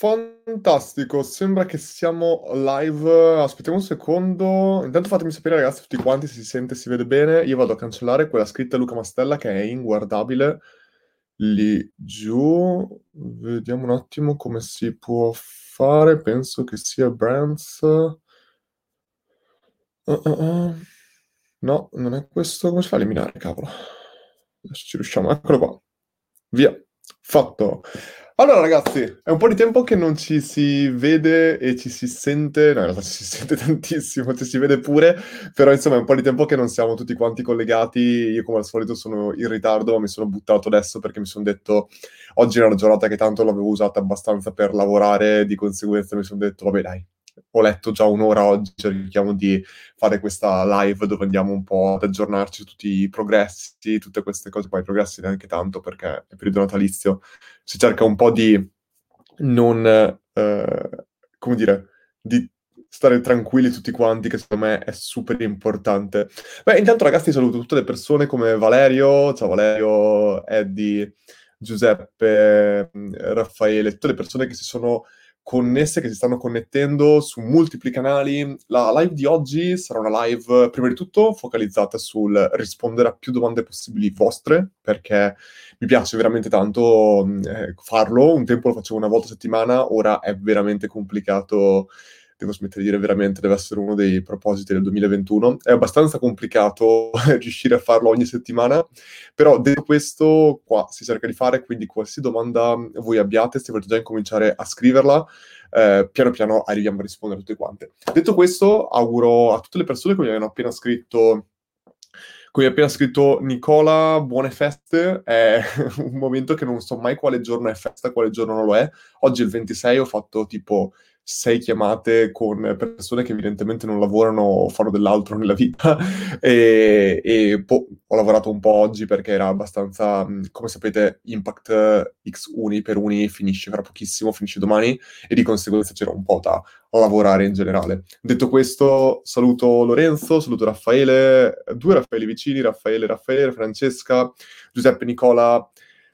Fantastico, sembra che siamo live. Aspettiamo un secondo. Intanto fatemi sapere, ragazzi, tutti quanti se si sente e si vede bene. Io vado a cancellare quella scritta Luca Mastella che è inguardabile lì giù. Vediamo un attimo come si può fare. Penso che sia Brands. Uh. No, non è questo. Come si fa a eliminare, cavolo? Adesso ci riusciamo. Eccolo qua. Via. Fatto. Allora, ragazzi, è un po' di tempo che non ci si vede e ci si sente. No, in realtà ci si sente tantissimo, ci si vede pure, però insomma è un po' di tempo che non siamo tutti quanti collegati. Io, come al solito, sono in ritardo, ma mi sono buttato adesso perché mi sono detto oggi è una giornata che tanto l'avevo usata abbastanza per lavorare, di conseguenza mi sono detto, vabbè, dai. Ho letto già un'ora oggi, cerchiamo di fare questa live dove andiamo un po' ad aggiornarci su tutti i progressi, tutte queste cose. Poi i progressi neanche tanto perché è periodo natalizio, si cerca un po' di non, come dire, di stare tranquilli tutti quanti, che secondo me è super importante. Beh, intanto ragazzi saluto tutte le persone come Valerio, ciao Valerio, Eddie, Giuseppe, Raffaele, tutte le persone che si sono connesse, che si stanno connettendo su multipli canali. La live di oggi sarà una live, prima di tutto, focalizzata sul rispondere a più domande possibili vostre, perché mi piace veramente tanto farlo. Un tempo lo facevo una volta a settimana, ora è veramente complicato. Devo smettere di dire veramente, deve essere uno dei propositi del 2021. È abbastanza complicato riuscire a farlo ogni settimana, però detto questo, qua si cerca di fare, quindi qualsiasi domanda voi abbiate, se volete già incominciare a scriverla, piano piano arriviamo a rispondere a tutte quante. Detto questo, auguro a tutte le persone che mi hanno appena scritto, come ha appena scritto Nicola, buone feste. È un momento che non so mai quale giorno è festa, quale giorno non lo è. Oggi è il 26, ho fatto tipo 6 chiamate con persone che evidentemente non lavorano o fanno dell'altro nella vita e ho lavorato un po' oggi perché era abbastanza, come sapete, Impact X Uni per Uni finisce fra pochissimo, finisce domani e di conseguenza c'era un po' da lavorare in generale. Detto questo, saluto Lorenzo, saluto Raffaele, due Raffaele vicini, Raffaele, Francesca, Giuseppe, Nicola,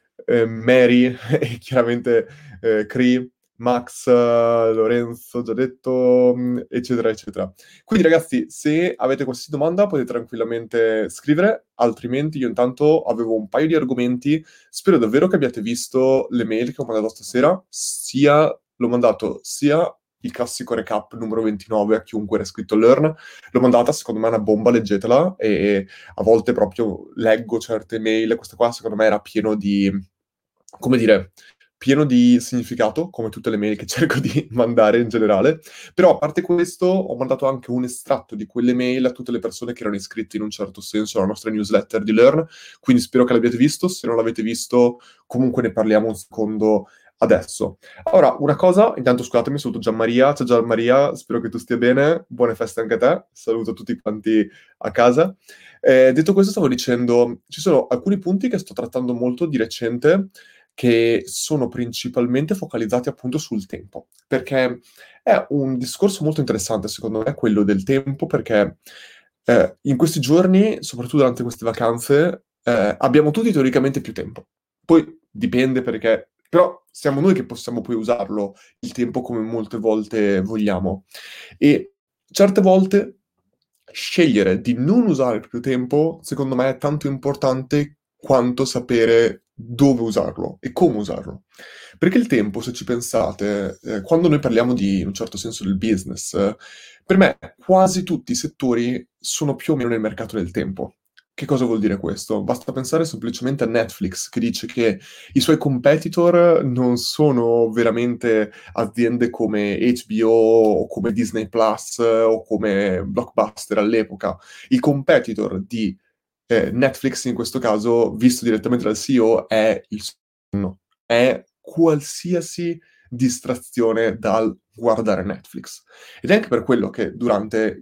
Mary e chiaramente Cree, Max, Lorenzo, già detto, eccetera, eccetera. Quindi ragazzi, se avete qualsiasi domanda potete tranquillamente scrivere, altrimenti io intanto avevo un paio di argomenti. Spero davvero che abbiate visto le mail che ho mandato stasera, sia l'ho mandato sia il classico recap numero 29 a chiunque era iscritto a Learn. L'ho mandata, secondo me è una bomba, leggetela, e a volte proprio leggo certe mail, questa qua secondo me era pieno di, come dire, pieno di significato, come tutte le mail che cerco di mandare in generale. Però a parte questo ho mandato anche un estratto di quelle mail a tutte le persone che erano iscritte in un certo senso alla nostra newsletter di Learn, quindi spero che l'abbiate visto. Se non l'avete visto, comunque ne parliamo un secondo adesso. Ora, una cosa, intanto scusatemi, saluto Gianmaria. Ciao Gianmaria, spero che tu stia bene. Buone feste anche a te. Saluto tutti quanti a casa. Detto questo, stavo dicendo, ci sono alcuni punti che sto trattando molto di recente che sono principalmente focalizzati appunto sul tempo, perché è un discorso molto interessante secondo me quello del tempo, perché in questi giorni, soprattutto durante queste vacanze, abbiamo tutti teoricamente più tempo. Poi dipende perché, però siamo noi che possiamo poi usarlo il tempo come molte volte vogliamo. E certe volte scegliere di non usare il proprio tempo, secondo me, è tanto importante quanto sapere dove usarlo e come usarlo. Perché il tempo, se ci pensate, quando noi parliamo di, in un certo senso, del business, per me quasi tutti i settori sono più o meno nel mercato del tempo. Che cosa vuol dire questo? Basta pensare semplicemente a Netflix, che dice che i suoi competitor non sono veramente aziende come HBO o come Disney Plus o come Blockbuster all'epoca. Il competitor di Netflix in questo caso, visto direttamente dal CEO, è il sonno, è qualsiasi distrazione dal guardare Netflix. Ed è anche per quello che durante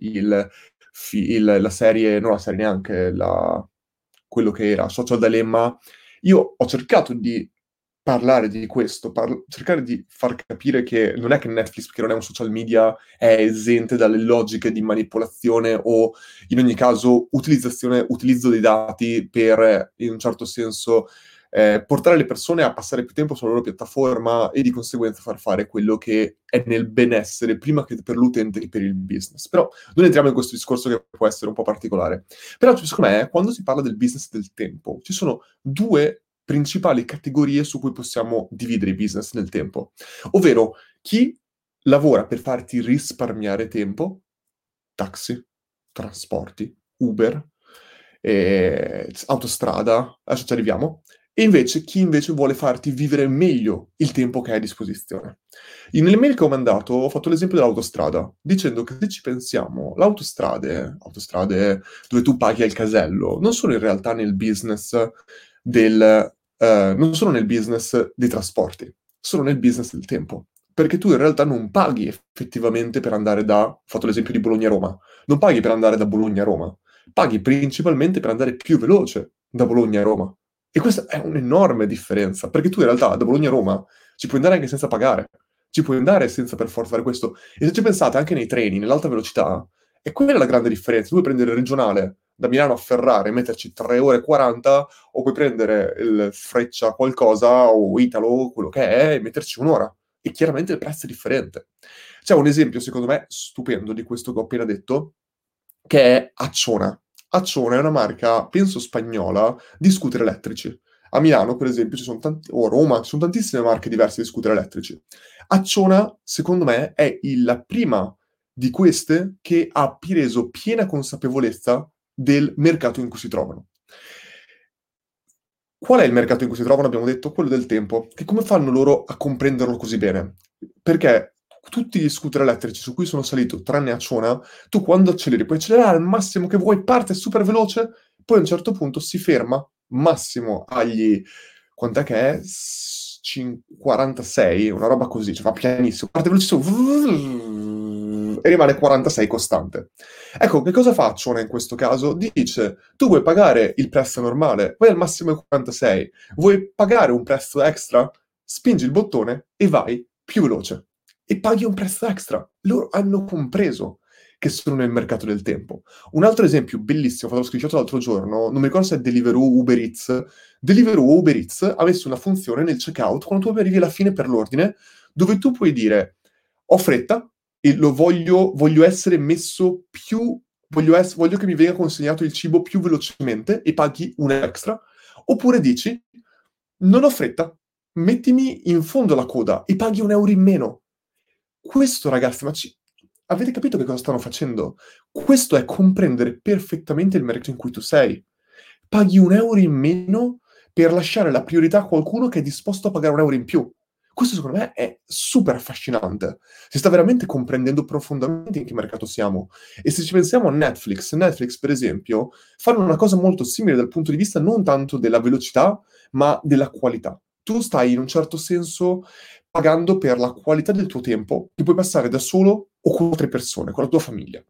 la serie, non la serie neanche, quello che era Social Dilemma, io ho cercato di parlare di questo, cercare di far capire che non è che Netflix, perché non è un social media, è esente dalle logiche di manipolazione o, in ogni caso, utilizzo dei dati per, in un certo senso, portare le persone a passare più tempo sulla loro piattaforma e di conseguenza far fare quello che è nel benessere prima che per l'utente che per il business. Però non entriamo in questo discorso che può essere un po' particolare. Però secondo me, quando si parla del business del tempo, ci sono due principali categorie su cui possiamo dividere i business nel tempo, ovvero chi lavora per farti risparmiare tempo, taxi, trasporti, Uber, autostrada, adesso ci arriviamo, e invece chi invece vuole farti vivere meglio il tempo che hai a disposizione. Nelle mail che ho mandato ho fatto l'esempio dell'autostrada, dicendo che se ci pensiamo, le autostrade dove tu paghi al casello, non sono in realtà nel business non sono nel business dei trasporti, sono nel business del tempo. Perché tu in realtà non paghi effettivamente per andare ho fatto l'esempio di Bologna-Roma, non paghi per andare da Bologna a Roma, paghi principalmente per andare più veloce da Bologna a Roma. E questa è un'enorme differenza, perché tu in realtà da Bologna a Roma ci puoi andare anche senza pagare, ci puoi andare senza per forza fare questo. E se ci pensate anche nei treni, nell'alta velocità, è quella la grande differenza. Tu puoi prendere il regionale da Milano a Ferrara e metterci 3 ore e 40, o puoi prendere il Freccia qualcosa o Italo, quello che è, e metterci un'ora. E chiaramente il prezzo è differente. C'è un esempio, secondo me, stupendo di questo che ho appena detto, che è Acciona. Acciona è una marca, penso spagnola, di scooter elettrici. A Milano, per esempio, o a Roma, ci sono tantissime marche diverse di scooter elettrici. Acciona, secondo me, è la prima di queste che ha preso piena consapevolezza del mercato in cui si trovano. Qual è il mercato in cui si trovano? Abbiamo detto quello del tempo. Che come fanno loro a comprenderlo così bene? Perché tutti gli scooter elettrici su cui sono salito, tranne Acciona, tu quando acceleri puoi accelerare al massimo che vuoi, parte super veloce, poi a un certo punto si ferma, massimo agli... quant'è che è? 46, una roba così, cioè va pianissimo, parte velocissimo e rimane 46 costante. Ecco, che cosa fa Acciona in questo caso? Dice, tu vuoi pagare il prezzo normale, vai al massimo ai 46, vuoi pagare un prezzo extra? Spingi il bottone e vai più veloce. E paghi un prezzo extra. Loro hanno compreso che sono nel mercato del tempo. Un altro esempio bellissimo, ho fatto lo screenshot l'altro giorno, non mi ricordo se è Deliveroo o Uber Eats. Deliveroo o Uber Eats ha messo una funzione nel checkout, quando tu arrivi alla fine per l'ordine, dove tu puoi dire, ho fretta, e voglio essere messo più, voglio che mi venga consegnato il cibo più velocemente e paghi un extra, oppure dici, non ho fretta, mettimi in fondo alla coda e paghi un euro in meno. Questo, ragazzi, avete capito che cosa stanno facendo? Questo è comprendere perfettamente il mercato in cui tu sei. Paghi un euro in meno per lasciare la priorità a qualcuno che è disposto a pagare un euro in più. Questo secondo me è super affascinante. Si sta veramente comprendendo profondamente in che mercato siamo. E se ci pensiamo a Netflix per esempio, fanno una cosa molto simile dal punto di vista non tanto della velocità, ma della qualità. Tu stai in un certo senso pagando per la qualità del tuo tempo che puoi passare da solo o con altre persone, con la tua famiglia.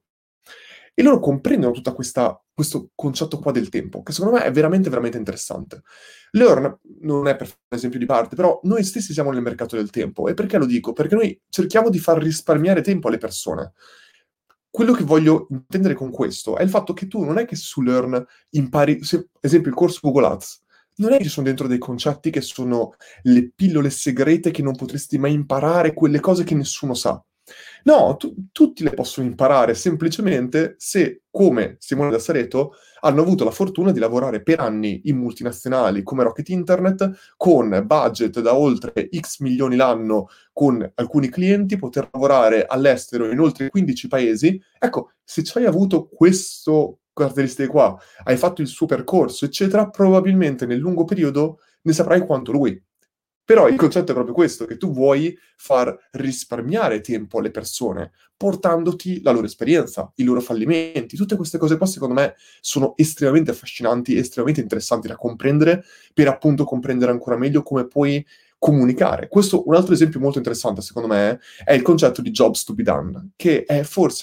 E loro comprendono tutto questo concetto qua del tempo, che secondo me è veramente, veramente interessante. Learn non è per fare un esempio di parte, però noi stessi siamo nel mercato del tempo. E perché lo dico? Perché noi cerchiamo di far risparmiare tempo alle persone. Quello che voglio intendere con questo è il fatto che tu non è che su Learn impari, esempio il corso Google Ads, non è che ci sono dentro dei concetti che sono le pillole segrete che non potresti mai imparare, quelle cose che nessuno sa. No, tutti le possono imparare semplicemente se, come Simone da Sareto, hanno avuto la fortuna di lavorare per anni in multinazionali come Rocket Internet, con budget da oltre X milioni l'anno, con alcuni clienti, poter lavorare all'estero in oltre 15 paesi. Ecco, se ci hai avuto questo caratteristiche qua, hai fatto il suo percorso, eccetera, probabilmente nel lungo periodo ne saprai quanto lui. Però il concetto è proprio questo, che tu vuoi far risparmiare tempo alle persone, portandoti la loro esperienza, i loro fallimenti. Tutte queste cose qua, secondo me, sono estremamente affascinanti, estremamente interessanti da comprendere, per appunto comprendere ancora meglio come puoi comunicare. Questo, un altro esempio molto interessante, secondo me, è il concetto di jobs to be done, che è forse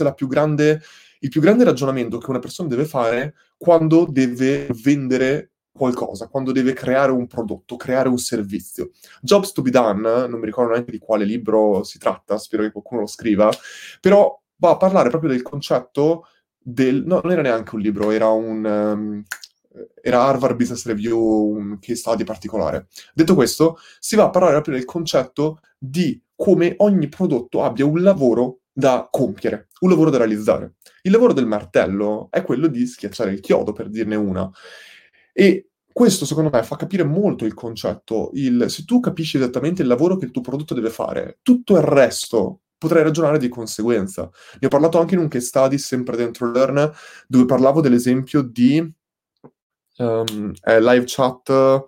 il più grande ragionamento che una persona deve fare quando deve vendere qualcosa, quando deve creare un prodotto, creare un servizio. Jobs to be done, non mi ricordo neanche di quale libro si tratta, spero che qualcuno lo scriva, però va a parlare proprio del concetto no, non era neanche un libro, era era Harvard Business Review, un case study particolare. Detto questo, si va a parlare proprio del concetto di come ogni prodotto abbia un lavoro da compiere, un lavoro da realizzare. Il lavoro del martello è quello di schiacciare il chiodo, per dirne una. E questo, secondo me, fa capire molto il concetto. Se tu capisci esattamente il lavoro che il tuo prodotto deve fare, tutto il resto potrai ragionare di conseguenza. Ne ho parlato anche in un case study, sempre dentro Learn, dove parlavo dell'esempio di live chat.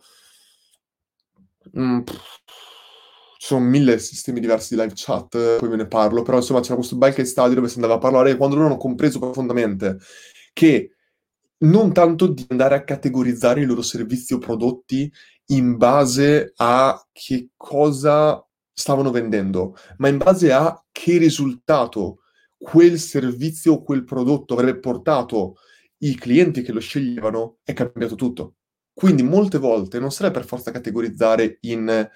Ci sono 1000 sistemi diversi di live chat, poi ve ne parlo, però insomma c'era questo bel case study dove si andava a parlare quando loro hanno compreso profondamente che non tanto di andare a categorizzare i loro servizi o prodotti in base a che cosa stavano vendendo, ma in base a che risultato quel servizio o quel prodotto avrebbe portato i clienti che lo sceglievano, è cambiato tutto. Quindi molte volte non serve per forza categorizzare in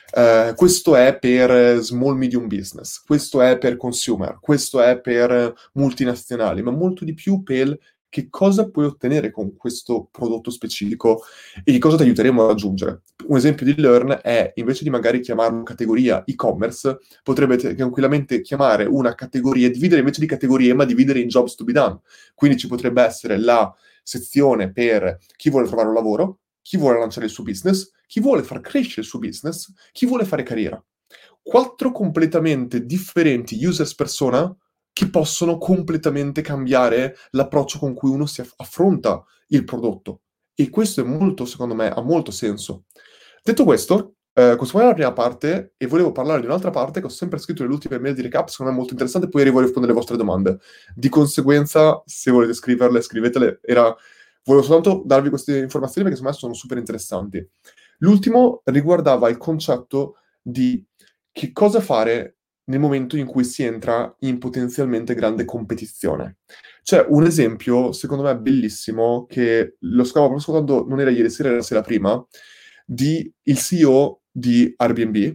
questo è per small medium business, questo è per consumer, questo è per multinazionali, ma molto di più per che cosa puoi ottenere con questo prodotto specifico e che cosa ti aiuteremo a raggiungere. Un esempio di Learn è, invece di magari chiamarlo categoria e-commerce, potrebbe tranquillamente chiamare una categoria, dividere invece di categorie, ma dividere in jobs to be done. Quindi ci potrebbe essere la sezione per chi vuole trovare un lavoro, chi vuole lanciare il suo business, chi vuole far crescere il suo business, chi vuole fare carriera. 4 completamente differenti users persona che possono completamente cambiare l'approccio con cui uno si affronta il prodotto. E questo è molto, secondo me, ha molto senso. Detto questo, questa qua è la prima parte e volevo parlare di un'altra parte che ho sempre scritto nelle ultime mail di recap, secondo me è molto interessante, poi arrivo a rispondere alle vostre domande. Di conseguenza, se volete scriverle, scrivetele. Volevo soltanto darvi queste informazioni perché secondo me sono super interessanti. L'ultimo riguardava il concetto di che cosa fare nel momento in cui si entra in potenzialmente grande competizione. C'è un esempio, secondo me, bellissimo, che lo stavo proprio ascoltando, non era ieri sera, era la sera prima, di il CEO di Airbnb,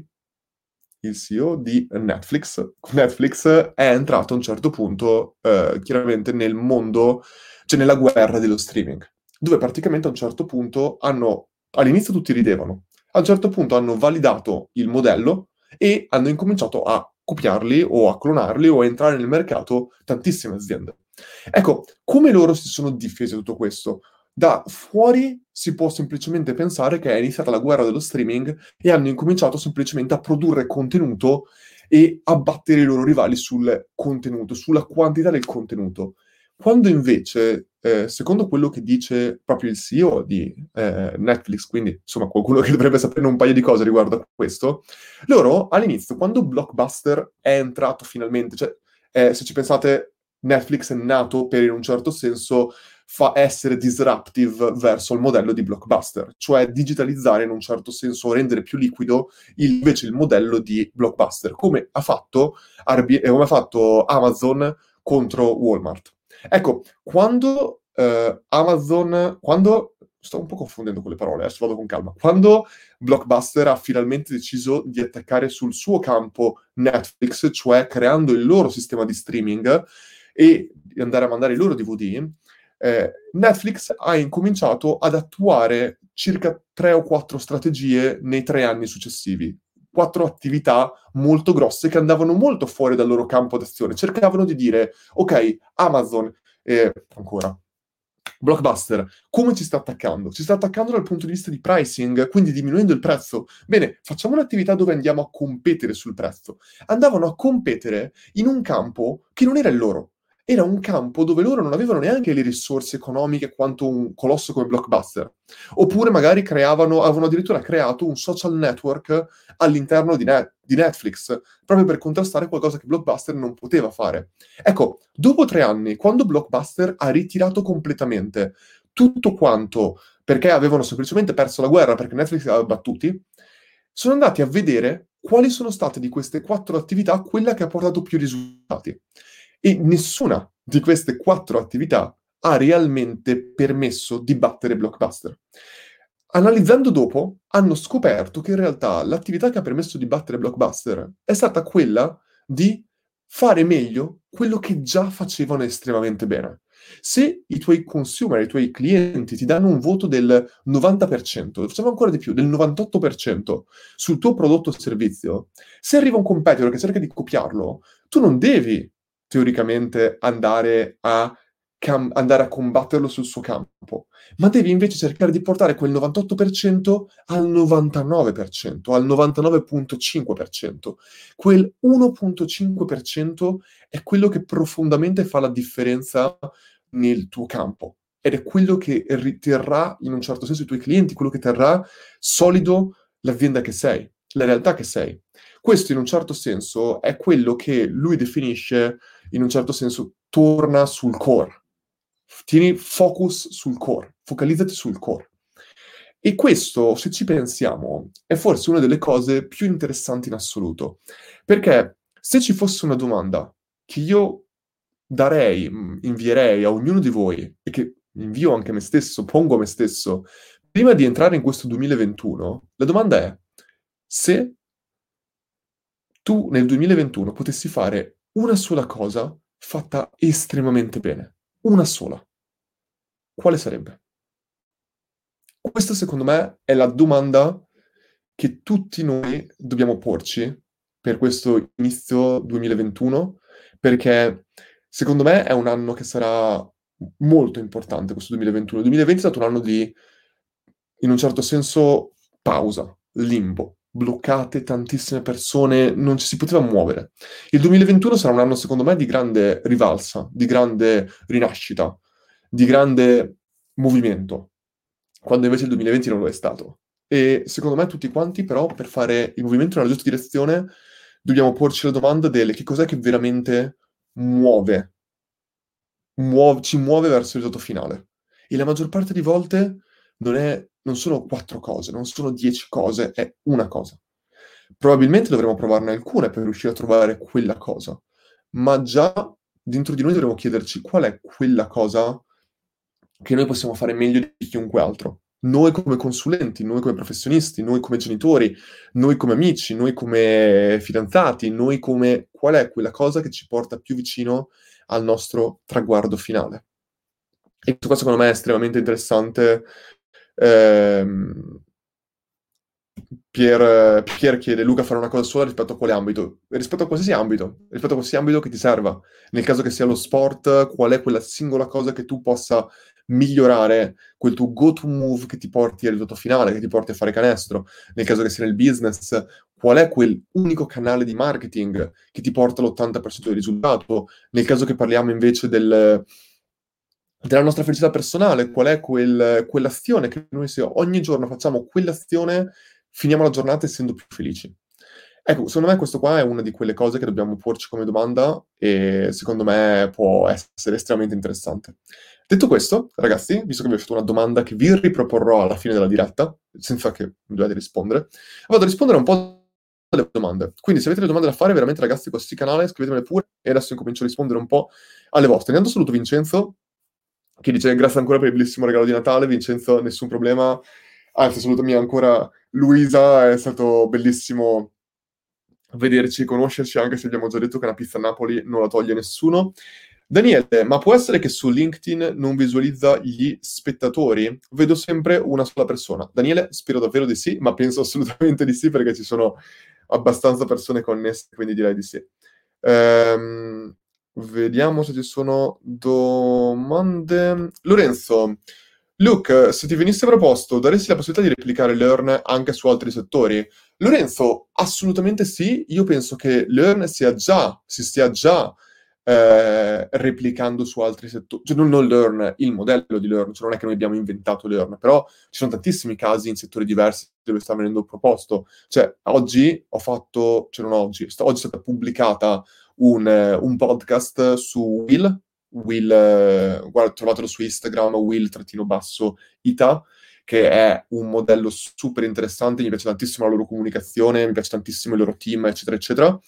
il CEO di Netflix. Netflix è entrato a un certo punto, chiaramente, nel mondo, cioè nella guerra dello streaming, dove praticamente a un certo punto all'inizio tutti ridevano, a un certo punto hanno validato il modello e hanno incominciato a copiarli o a clonarli o a entrare nel mercato tantissime aziende. Ecco, come loro si sono difesi da tutto questo? Da fuori si può semplicemente pensare che è iniziata la guerra dello streaming e hanno incominciato semplicemente a produrre contenuto e a battere i loro rivali sul contenuto, sulla quantità del contenuto. Quando invece, secondo quello che dice proprio il CEO di Netflix, quindi insomma qualcuno che dovrebbe sapere un paio di cose riguardo a questo, loro all'inizio, quando Blockbuster è entrato finalmente, cioè se ci pensate, Netflix è nato per in un certo senso essere disruptive verso il modello di Blockbuster, cioè digitalizzare in un certo senso, rendere più liquido invece il modello di Blockbuster, come ha fatto Amazon contro Walmart. Ecco, quando sto un po' confondendo con le parole, adesso vado con calma. Quando Blockbuster ha finalmente deciso di attaccare sul suo campo Netflix, cioè creando il loro sistema di streaming e di andare a mandare i loro DVD, Netflix ha incominciato ad attuare circa 3 o 4 strategie nei 3 anni successivi. 4 attività molto grosse che andavano molto fuori dal loro campo d'azione. Cercavano di dire, ok, Amazon, ancora, Blockbuster, come ci sta attaccando? Ci sta attaccando dal punto di vista di pricing, quindi diminuendo il prezzo. Bene, facciamo un'attività dove andiamo a competere sul prezzo. Andavano a competere in un campo che non era il loro. Era un campo dove loro non avevano neanche le risorse economiche quanto un colosso come Blockbuster. Oppure magari avevano addirittura creato un social network all'interno di Netflix, proprio per contrastare qualcosa che Blockbuster non poteva fare. Ecco, dopo 3 anni, quando Blockbuster ha ritirato completamente tutto quanto perché avevano semplicemente perso la guerra, perché Netflix li aveva battuti, sono andati a vedere quali sono state di queste 4 attività quella che ha portato più risultati. E nessuna di queste 4 attività ha realmente permesso di battere Blockbuster. Analizzando dopo, hanno scoperto che in realtà l'attività che ha permesso di battere Blockbuster è stata quella di fare meglio quello che già facevano estremamente bene. Se i tuoi consumer, i tuoi clienti ti danno un voto del 90%, facciamo ancora di più, del 98% sul tuo prodotto o servizio, se arriva un competitor che cerca di copiarlo, tu non devi teoricamente andare a combatterlo sul suo campo, ma devi invece cercare di portare quel 98% al 99%, al 99,5%. Quel 1,5% è quello che profondamente fa la differenza nel tuo campo ed è quello che riterrà in un certo senso i tuoi clienti, quello che terrà solido l'azienda che sei, la realtà che sei. Questo in un certo senso è quello che lui definisce, in un certo senso, torna sul core. Tieni focus sul core, focalizzati sul core. E questo, se ci pensiamo, è forse una delle cose più interessanti in assoluto. Perché se ci fosse una domanda che io invierei a ognuno di voi, e che invio anche a me stesso, pongo a me stesso, prima di entrare in questo 2021, la domanda è: se tu nel 2021 potessi fare una sola cosa fatta estremamente bene, una sola, quale sarebbe? Questa secondo me è la domanda che tutti noi dobbiamo porci per questo inizio 2021, perché secondo me è un anno che sarà molto importante, questo 2021. Il 2020 è stato un anno di, in un certo senso, pausa, limbo, bloccate tantissime persone, non ci si poteva muovere. Il 2021 sarà un anno, secondo me, di grande rivalsa, di grande rinascita, di grande movimento, quando invece il 2020 non lo è stato. E secondo me tutti quanti, però, per fare il movimento nella giusta direzione, dobbiamo porci la domanda del che cos'è che veramente muove, ci muove verso il risultato finale. E la maggior parte di volte non sono 4 cose, non sono 10 cose, è una cosa. Probabilmente dovremo provarne alcune per riuscire a trovare quella cosa, ma già dentro di noi dovremo chiederci qual è quella cosa che noi possiamo fare meglio di chiunque altro. Noi come consulenti, noi come professionisti, noi come genitori, noi come amici, noi come fidanzati, noi come... Qual è quella cosa che ci porta più vicino al nostro traguardo finale? E questo secondo me è estremamente interessante. Ehm, Pier chiede, Luca, fare una cosa sola rispetto a quale ambito? Rispetto a qualsiasi ambito, rispetto a qualsiasi ambito che ti serva. Nel caso che sia lo sport, qual è quella singola cosa che tu possa migliorare, quel tuo go-to move che ti porti al risultato finale, che ti porti a fare canestro. Nel caso che sia nel business, qual è quel unico canale di marketing che ti porta all'80% del risultato. Nel caso che parliamo invece della nostra felicità personale, qual è quell'azione che noi se ogni giorno facciamo quell'azione, finiamo la giornata essendo più felici. Ecco, secondo me questo qua è una di quelle cose che dobbiamo porci come domanda e secondo me può essere estremamente interessante. Detto questo, ragazzi, visto che vi ho fatto una domanda che vi riproporrò alla fine della diretta, senza che dovete rispondere, vado a rispondere un po' alle domande. Quindi se avete delle domande da fare, veramente ragazzi, questo canale, scrivetemele pure e adesso incomincio a rispondere un po' alle vostre. Intanto saluto Vincenzo, che dice grazie ancora per il bellissimo regalo di Natale. Vincenzo, nessun problema. Anzi, salutami ancora Luisa, è stato bellissimo vederci e conoscerci, anche se abbiamo già detto che una pizza a Napoli non la toglie nessuno. Daniele, ma può essere che su LinkedIn non visualizza gli spettatori? Vedo sempre una sola persona. Daniele, spero davvero di sì, ma penso assolutamente di sì perché ci sono abbastanza persone connesse, quindi direi di sì. Ehm, Vediamo se ci sono domande. Lorenzo, Luke, se ti venisse proposto, daresti la possibilità di replicare Learn anche su altri settori? Lorenzo, assolutamente sì. Io penso che Learn si stia già replicando su altri settori. Cioè, non Learn, il modello di Learn, cioè non è che noi abbiamo inventato Learn, però ci sono tantissimi casi in settori diversi dove sta venendo proposto. Cioè, oggi ho fatto, cioè non oggi, oggi è stata pubblicata un podcast su Will, guarda, trovatelo su Instagram, Will-Ita, che è un modello super interessante, mi piace tantissimo la loro comunicazione, mi piace tantissimo il loro team, eccetera, eccetera.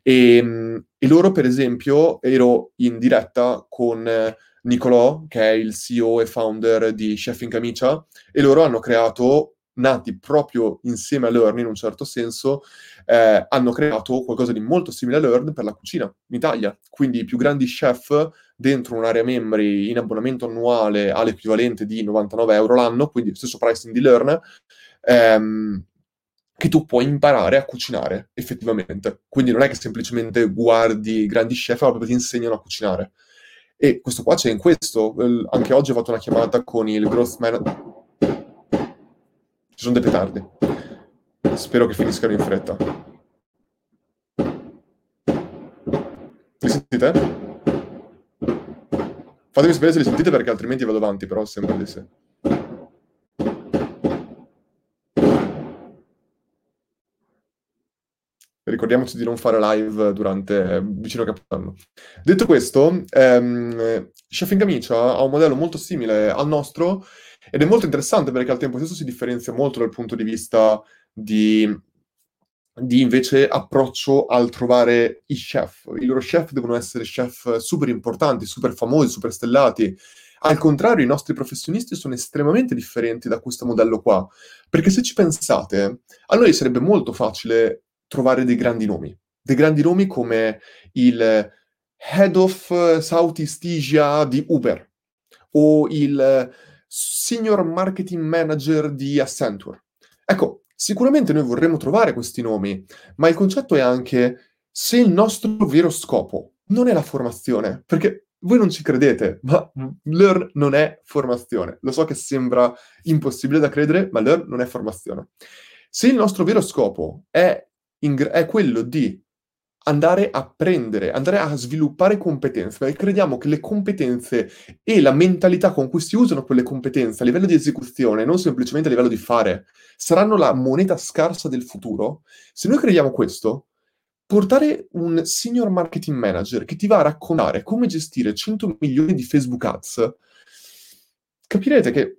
E loro, per esempio, ero in diretta con Nicolò, che è il CEO e founder di Chef in Camicia, e loro hanno creato, nati proprio insieme a Learn in un certo senso, hanno creato qualcosa di molto simile a Learn per la cucina in Italia. Quindi i più grandi chef dentro un'area membri in abbonamento annuale all'equivalente di 99 euro l'anno, quindi stesso pricing di Learn, che tu puoi imparare a cucinare effettivamente. Quindi non è che semplicemente guardi grandi chef, ma proprio ti insegnano a cucinare. E questo qua c'è in questo. Anche oggi ho fatto una chiamata con il growth manager. Ci sono dei petardi. Spero che finiscano in fretta. Li sentite? Fatemi sapere se li sentite perché altrimenti vado avanti, però sembra di sì. Ricordiamoci di non fare live vicino a Capodanno. Detto questo, Chef in Camicia ha un modello molto simile al nostro ed è molto interessante perché al tempo stesso si differenzia molto dal punto di vista di invece approccio al trovare i chef. I loro chef devono essere chef super importanti, super famosi, super stellati. Al contrario, i nostri professionisti sono estremamente differenti da questo modello qua, perché se ci pensate, a noi sarebbe molto facile trovare dei grandi nomi come il Head of Southeast Asia di Uber o il Senior Marketing Manager di Accenture. Ecco, sicuramente noi vorremmo trovare questi nomi, ma il concetto è anche se il nostro vero scopo non è la formazione, perché voi non ci credete, ma Learn non è formazione. Lo so che sembra impossibile da credere, ma Learn non è formazione. Se il nostro vero scopo è quello di andare a prendere, andare a sviluppare competenze, perché crediamo che le competenze e la mentalità con cui si usano quelle competenze a livello di esecuzione, non semplicemente a livello di fare, saranno la moneta scarsa del futuro. Se noi crediamo questo, portare un senior marketing manager che ti va a raccontare come gestire 100 milioni di Facebook Ads, capirete che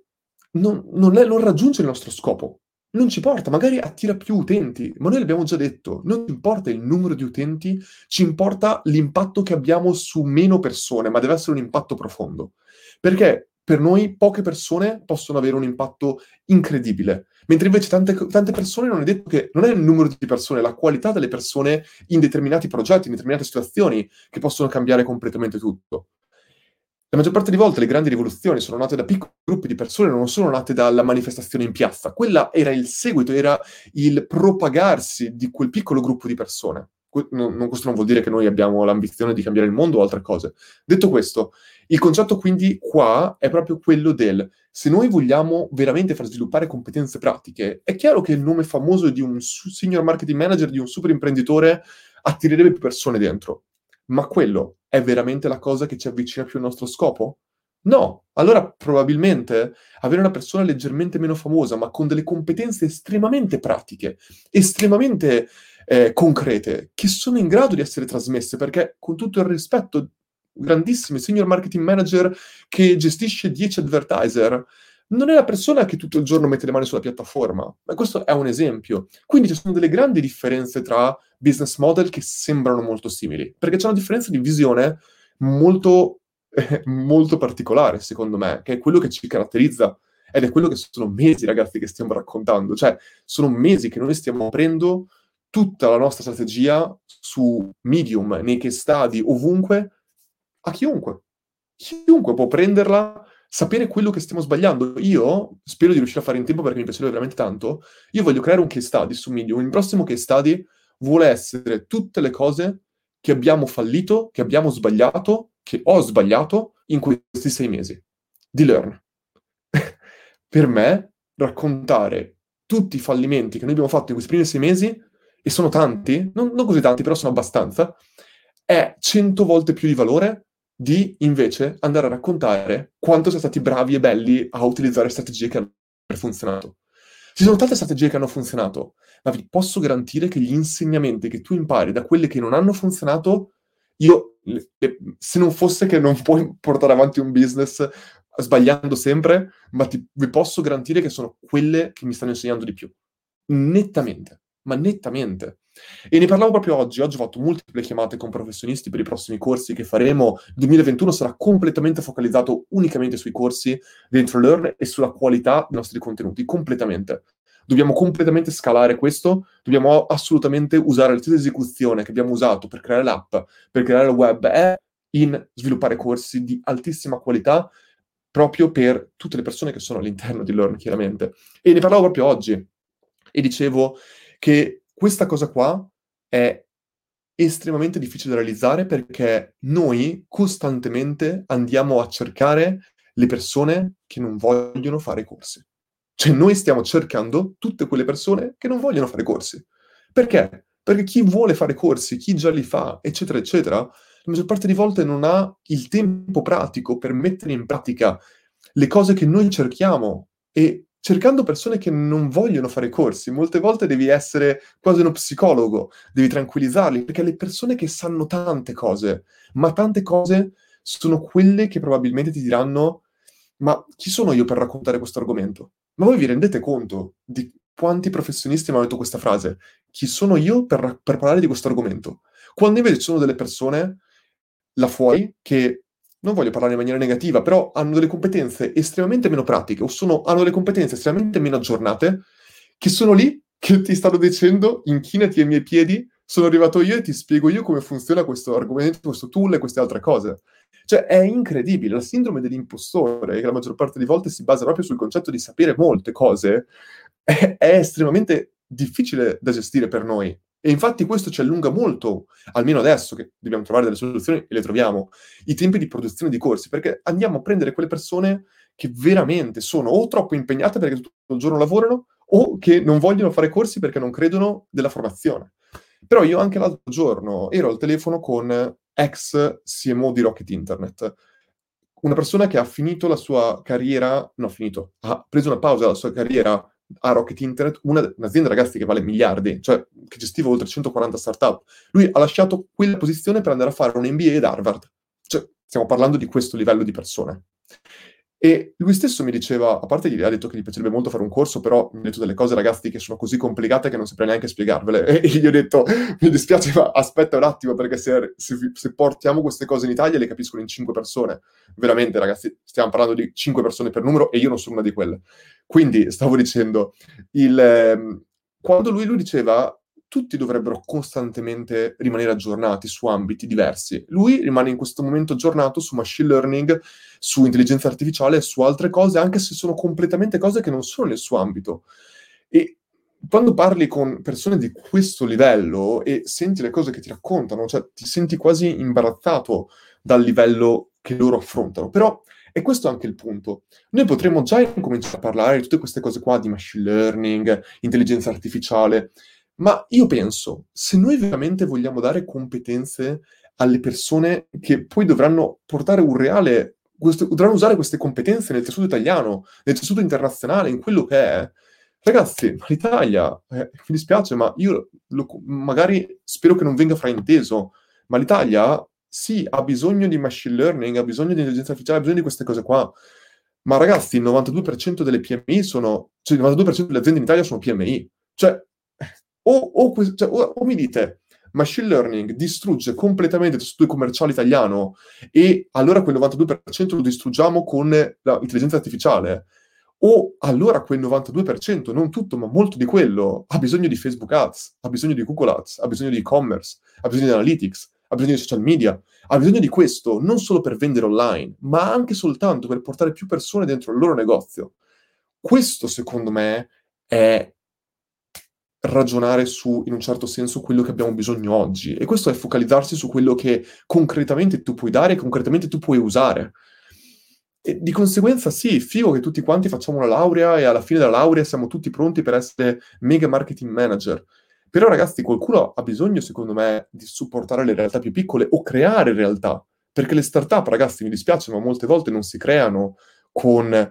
non raggiunge il nostro scopo. Non ci porta, magari attira più utenti, ma noi l'abbiamo già detto, non ci importa il numero di utenti, ci importa l'impatto che abbiamo su meno persone, ma deve essere un impatto profondo. Perché per noi poche persone possono avere un impatto incredibile, mentre invece tante persone non è detto che non è il numero di persone, è la qualità delle persone in determinati progetti, in determinate situazioni che possono cambiare completamente tutto. La maggior parte delle volte le grandi rivoluzioni sono nate da piccoli gruppi di persone, non sono nate dalla manifestazione in piazza. Quella era il seguito, era il propagarsi di quel piccolo gruppo di persone. Questo non vuol dire che noi abbiamo l'ambizione di cambiare il mondo o altre cose. Detto questo, il concetto quindi qua è proprio quello del se noi vogliamo veramente far sviluppare competenze pratiche, è chiaro che il nome famoso di un senior marketing manager, di un super imprenditore, attirerebbe più persone dentro. Ma quello è veramente la cosa che ci avvicina più al nostro scopo? No. Allora probabilmente avere una persona leggermente meno famosa, ma con delle competenze estremamente pratiche, estremamente concrete, che sono in grado di essere trasmesse, perché con tutto il rispetto, grandissimi senior marketing manager che gestisce 10 advertiser, non è la persona che tutto il giorno mette le mani sulla piattaforma, ma questo è un esempio. Quindi ci sono delle grandi differenze tra business model che sembrano molto simili, perché c'è una differenza di visione molto, molto particolare, secondo me, che è quello che ci caratterizza ed è quello che sono mesi, ragazzi, che stiamo raccontando. Cioè, sono mesi che noi stiamo aprendo tutta la nostra strategia su Medium, nei case study, ovunque, a chiunque. Chiunque può prenderla, sapere quello che stiamo sbagliando. Io spero di riuscire a fare in tempo perché mi piacerebbe veramente tanto. Io voglio creare un case study su Medium. Il prossimo case study vuole essere tutte le cose che abbiamo fallito, che abbiamo sbagliato, che ho sbagliato in questi 6 mesi di Learn. Per me, raccontare tutti i fallimenti che noi abbiamo fatto in questi primi 6 mesi, e sono tanti, non così tanti, però sono abbastanza, è 100 volte più di valore di invece andare a raccontare quanto siamo stati bravi e belli a utilizzare strategie che hanno funzionato. Ci sono tante strategie che hanno funzionato, ma vi posso garantire che gli insegnamenti che tu impari da quelle che non hanno funzionato, se non fosse che non puoi portare avanti un business sbagliando sempre, ma vi posso garantire che sono quelle che mi stanno insegnando di più. Nettamente, ma nettamente. E ne parlavo proprio oggi. Oggi ho fatto multiple chiamate con professionisti per i prossimi corsi che faremo. Il 2021 sarà completamente focalizzato unicamente sui corsi dentro Learn e sulla qualità dei nostri contenuti, completamente. Dobbiamo completamente scalare questo, dobbiamo assolutamente usare la stessa esecuzione che abbiamo usato per creare l'app, per creare il web, è in sviluppare corsi di altissima qualità proprio per tutte le persone che sono all'interno di Learn, chiaramente. E ne parlavo proprio oggi e dicevo che questa cosa qua è estremamente difficile da realizzare perché noi costantemente andiamo a cercare le persone che non vogliono fare corsi. Cioè noi stiamo cercando tutte quelle persone che non vogliono fare corsi. Perché? Perché chi vuole fare corsi, chi già li fa, eccetera, eccetera, la maggior parte di volte non ha il tempo pratico per mettere in pratica le cose che noi cerchiamo. E cercando persone che non vogliono fare corsi, molte volte devi essere quasi uno psicologo, devi tranquillizzarli, perché le persone che sanno tante cose, ma tante cose sono quelle che probabilmente ti diranno: ma chi sono io per raccontare questo argomento? Ma voi vi rendete conto di quanti professionisti mi hanno detto questa frase? Chi sono io per parlare di questo argomento? Quando invece ci sono delle persone là fuori che, non voglio parlare in maniera negativa, però hanno delle competenze estremamente meno pratiche o hanno delle competenze estremamente meno aggiornate, che sono lì, che ti stanno dicendo: inchinati ai miei piedi, sono arrivato io e ti spiego io come funziona questo argomento, questo tool e queste altre cose. Cioè, è incredibile. La sindrome dell'impostore, che la maggior parte di volte si basa proprio sul concetto di sapere molte cose, è estremamente difficile da gestire per noi. E infatti questo ci allunga molto, almeno adesso che dobbiamo trovare delle soluzioni e le troviamo, i tempi di produzione di corsi, perché andiamo a prendere quelle persone che veramente sono o troppo impegnate perché tutto il giorno lavorano, o che non vogliono fare corsi perché non credono della formazione. Però io anche l'altro giorno ero al telefono con ex CMO di Rocket Internet, una persona che ha finito la sua carriera, no, finito, ha preso una pausa dalla sua carriera a Rocket Internet, un'azienda, ragazzi, che vale miliardi, cioè che gestiva oltre 140 startup. Lui ha lasciato quella posizione per andare a fare un MBA ad Harvard. Cioè, stiamo parlando di questo livello di persone. E lui stesso mi diceva, a parte gli ha detto che gli piacerebbe molto fare un corso, però mi ha detto delle cose, ragazzi, che sono così complicate che non saprei neanche spiegarvele. E gli ho detto, mi dispiace, ma aspetta un attimo, perché se portiamo queste cose in Italia le capiscono in 5 persone. Veramente, ragazzi, stiamo parlando di 5 persone per numero e io non sono una di quelle. Quindi, stavo dicendo, quando lui diceva tutti dovrebbero costantemente rimanere aggiornati su ambiti diversi. Lui rimane in questo momento aggiornato su machine learning, su intelligenza artificiale e su altre cose, anche se sono completamente cose che non sono nel suo ambito. E quando parli con persone di questo livello e senti le cose che ti raccontano, cioè ti senti quasi imbarazzato dal livello che loro affrontano. Però è questo anche il punto. Noi potremmo già incominciare a parlare di tutte queste cose qua, di machine learning, intelligenza artificiale, ma io penso, se noi veramente vogliamo dare competenze alle persone che poi dovranno portare un reale, dovranno usare queste competenze nel tessuto italiano, nel tessuto internazionale, in quello che è. Ragazzi, ma l'Italia, mi dispiace, ma io magari spero che non venga frainteso, ma l'Italia sì, ha bisogno di machine learning, ha bisogno di intelligenza artificiale, ha bisogno di queste cose qua. Ma ragazzi, il 92% delle PMI cioè il 92% delle aziende in Italia sono PMI. Cioè, o mi dite, machine learning distrugge completamente il tessuto commerciale italiano e allora quel 92% lo distruggiamo con l'intelligenza artificiale, o allora quel 92%, non tutto, ma molto di quello, ha bisogno di Facebook Ads, ha bisogno di Google Ads, ha bisogno di e-commerce, ha bisogno di analytics, ha bisogno di social media, ha bisogno di questo non solo per vendere online, ma anche soltanto per portare più persone dentro il loro negozio. Questo, secondo me, è ragionare su, in un certo senso, quello che abbiamo bisogno oggi. E questo è focalizzarsi su quello che concretamente tu puoi dare e concretamente tu puoi usare. E di conseguenza, sì, figo che tutti quanti facciamo una laurea e alla fine della laurea siamo tutti pronti per essere mega marketing manager. Però, ragazzi, qualcuno ha bisogno, secondo me, di supportare le realtà più piccole o creare realtà. Perché le start-up, ragazzi, mi dispiace, ma molte volte non si creano con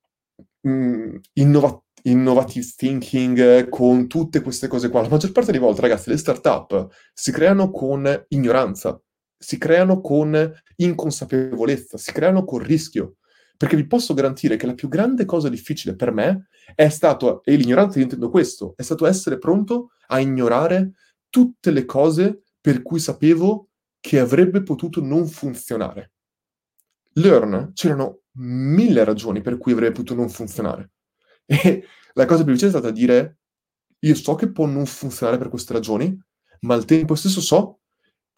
innovative thinking, con tutte queste cose qua. La maggior parte delle volte, ragazzi, le start-up si creano con ignoranza, si creano con inconsapevolezza, si creano con rischio. Perché vi posso garantire che la più grande cosa difficile per me è stato, e l'ignoranza io intendo questo, è stato essere pronto a ignorare tutte le cose per cui sapevo che avrebbe potuto non funzionare. Learn, c'erano 1000 ragioni per cui avrebbe potuto non funzionare. E la cosa più difficile è stata dire, io so che può non funzionare per queste ragioni, ma al tempo stesso so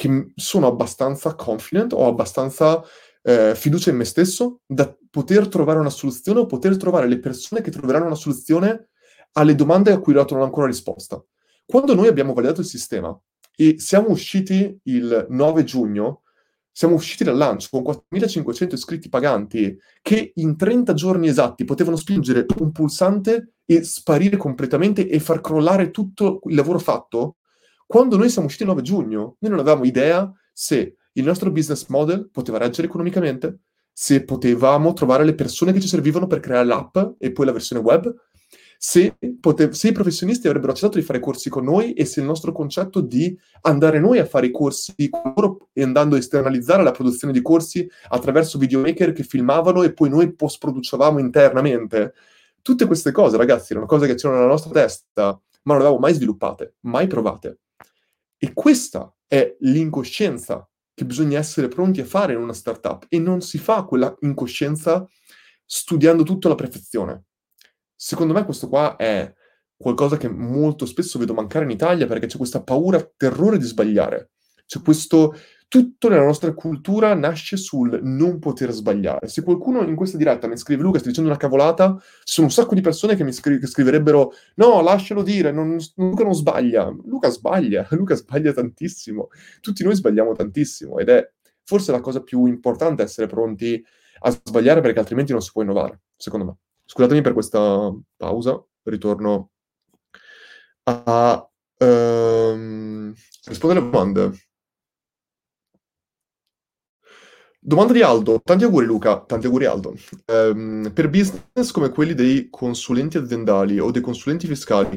sono abbastanza confident, ho abbastanza fiducia in me stesso da poter trovare una soluzione o poter trovare le persone che troveranno una soluzione alle domande a cui ho dato non ho ancora risposta. Quando noi abbiamo validato il sistema e siamo usciti il 9 giugno, siamo usciti dal lancio con 4.500 iscritti paganti che in 30 giorni esatti potevano spingere un pulsante e sparire completamente e far crollare tutto il lavoro fatto. Quando noi siamo usciti il 9 giugno, noi non avevamo idea se il nostro business model poteva reggere economicamente, se potevamo trovare le persone che ci servivano per creare l'app e poi la versione web, se i professionisti avrebbero accettato di fare corsi con noi e se il nostro concetto di andare noi a fare i corsi con loro e andando a esternalizzare la produzione di corsi attraverso videomaker che filmavano e poi noi post-producevamo internamente. Tutte queste cose, ragazzi, erano cose che c'erano nella nostra testa, ma non le avevamo mai sviluppate, mai provate. E questa è l'incoscienza che bisogna essere pronti a fare in una startup e non si fa quella incoscienza studiando tutto alla perfezione. Secondo me questo qua è qualcosa che molto spesso vedo mancare in Italia perché c'è questa paura, terrore di sbagliare. C'è questo... Tutto nella nostra cultura nasce sul non poter sbagliare. Se qualcuno in questa diretta mi scrive Luca, stai dicendo una cavolata, ci sono un sacco di persone che che scriverebbero no, lascialo dire, Luca non sbaglia. Luca sbaglia tantissimo. Tutti noi sbagliamo tantissimo ed è forse la cosa più importante essere pronti a sbagliare perché altrimenti non si può innovare, secondo me. Scusatemi per questa pausa, ritorno a rispondere alle domande. Domanda di Aldo. Tanti auguri Luca, tanti auguri Aldo. Per business come quelli dei consulenti aziendali o dei consulenti fiscali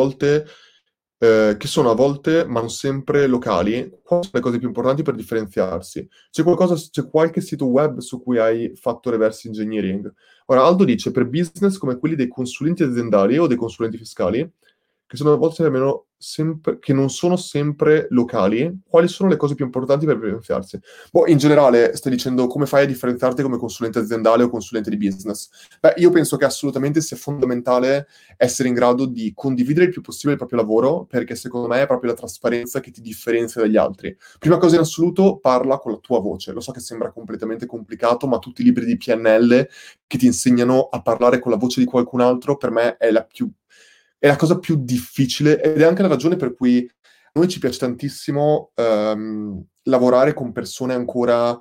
che sono a volte, ma non sempre locali, quali sono le cose più importanti per differenziarsi? C'è qualche sito web su cui hai fatto reverse engineering? Ora, Aldo dice, per business come quelli dei consulenti aziendali o dei consulenti fiscali, che sono a volte almeno che non sono sempre locali, quali sono le cose più importanti per differenziarsi? Boh, in generale, stai dicendo come fai a differenziarti come consulente aziendale o consulente di business? Beh, io penso che assolutamente sia fondamentale essere in grado di condividere il più possibile il proprio lavoro, perché secondo me è proprio la trasparenza che ti differenzia dagli altri. Prima cosa in assoluto, parla con la tua voce. Lo so che sembra completamente complicato, ma tutti i libri di PNL che ti insegnano a parlare con la voce di qualcun altro, per me è la cosa più difficile ed è anche la ragione per cui a noi ci piace tantissimo lavorare con persone ancora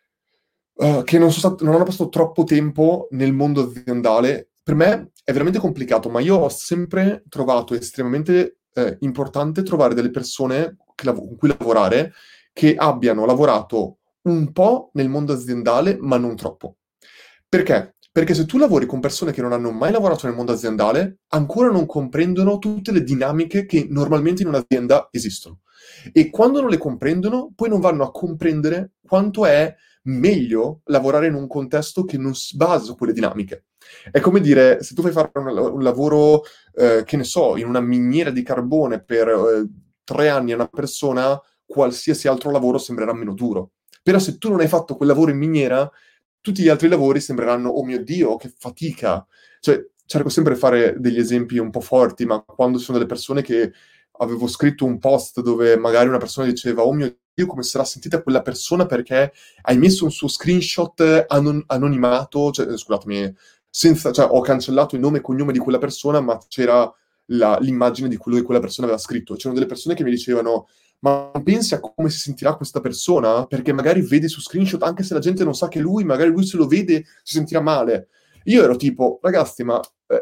che non hanno passato troppo tempo nel mondo aziendale. Per me è veramente complicato, ma io ho sempre trovato estremamente importante trovare delle persone con cui lavorare che abbiano lavorato un po' nel mondo aziendale, ma non troppo. Perché? Perché se tu lavori con persone che non hanno mai lavorato nel mondo aziendale, ancora non comprendono tutte le dinamiche che normalmente in un'azienda esistono. E quando non le comprendono, poi non vanno a comprendere quanto è meglio lavorare in un contesto che non si basa su quelle dinamiche. È come dire, se tu fai fare un lavoro, che ne so, in una miniera di carbone per 3 anni a una persona, qualsiasi altro lavoro sembrerà meno duro. Però se tu non hai fatto quel lavoro in miniera, tutti gli altri lavori sembreranno, oh mio Dio, che fatica. Cioè, cerco sempre di fare degli esempi un po' forti, ma quando ci sono delle persone che avevo scritto un post dove magari una persona diceva, oh mio Dio, come sarà sentita quella persona perché hai messo un suo screenshot anonimato, cioè, scusatemi, cioè, ho cancellato il nome e cognome di quella persona, ma c'era l'immagine di quello che quella persona aveva scritto. C'erano delle persone che mi dicevano, ma non pensi a come si sentirà questa persona? Perché magari vede su screenshot, anche se la gente non sa che è lui, magari lui se lo vede si sentirà male. Io ero tipo, ragazzi, ma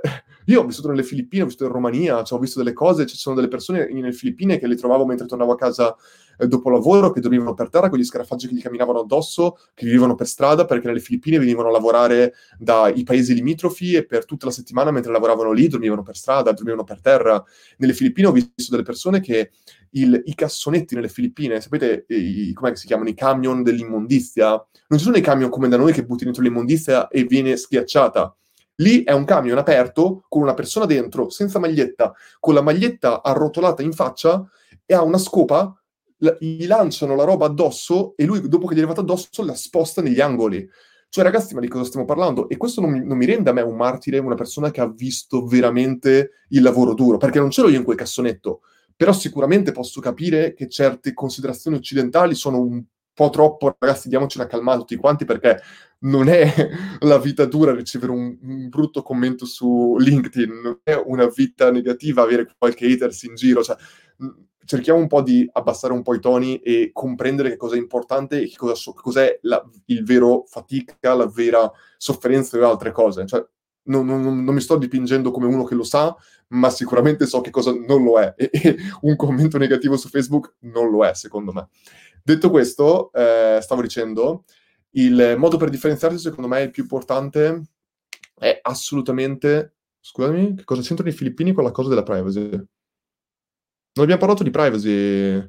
io ho vissuto nelle Filippine, ho vissuto in Romania, cioè, ho visto delle cose, ci sono delle persone nelle Filippine che le trovavo mentre tornavo a casa dopo lavoro, che dormivano per terra con gli scarafaggi che gli camminavano addosso, che vivevano per strada, perché nelle Filippine venivano a lavorare dai paesi limitrofi e per tutta la settimana mentre lavoravano lì dormivano per strada, dormivano per terra. Nelle Filippine ho visto delle persone che i cassonetti nelle Filippine, sapete com'è che si chiamano? I camion dell'immondizia? Non ci sono i camion come da noi che butti dentro l'immondizia e viene schiacciata. Lì è un camion aperto con una persona dentro, senza maglietta, con la maglietta arrotolata in faccia e ha una scopa, gli lanciano la roba addosso e lui, dopo che gli è arrivata addosso, la sposta negli angoli. Cioè, ragazzi, ma di cosa stiamo parlando? E questo non mi rende a me un martire, una persona che ha visto veramente il lavoro duro, perché non ce l'ho io in quel cassonetto. però sicuramente posso capire che certe considerazioni occidentali sono un po' troppo, ragazzi, diamoci una calmata tutti quanti, perché non è la vita dura ricevere un brutto commento su LinkedIn, non è una vita negativa avere qualche haters in giro, cioè cerchiamo un po' di abbassare un po' i toni e comprendere che cosa è importante e che cos'è il vero fatica, la vera sofferenza e altre cose. Cioè, non mi sto dipingendo come uno che lo sa, ma sicuramente so che cosa non lo è. E un commento negativo su Facebook non lo è, secondo me. Detto questo, stavo dicendo, il modo per differenziarsi, secondo me, il più importante è assolutamente... Scusami, che cosa c'entrano i filippini con la cosa della privacy? Non abbiamo parlato di privacy.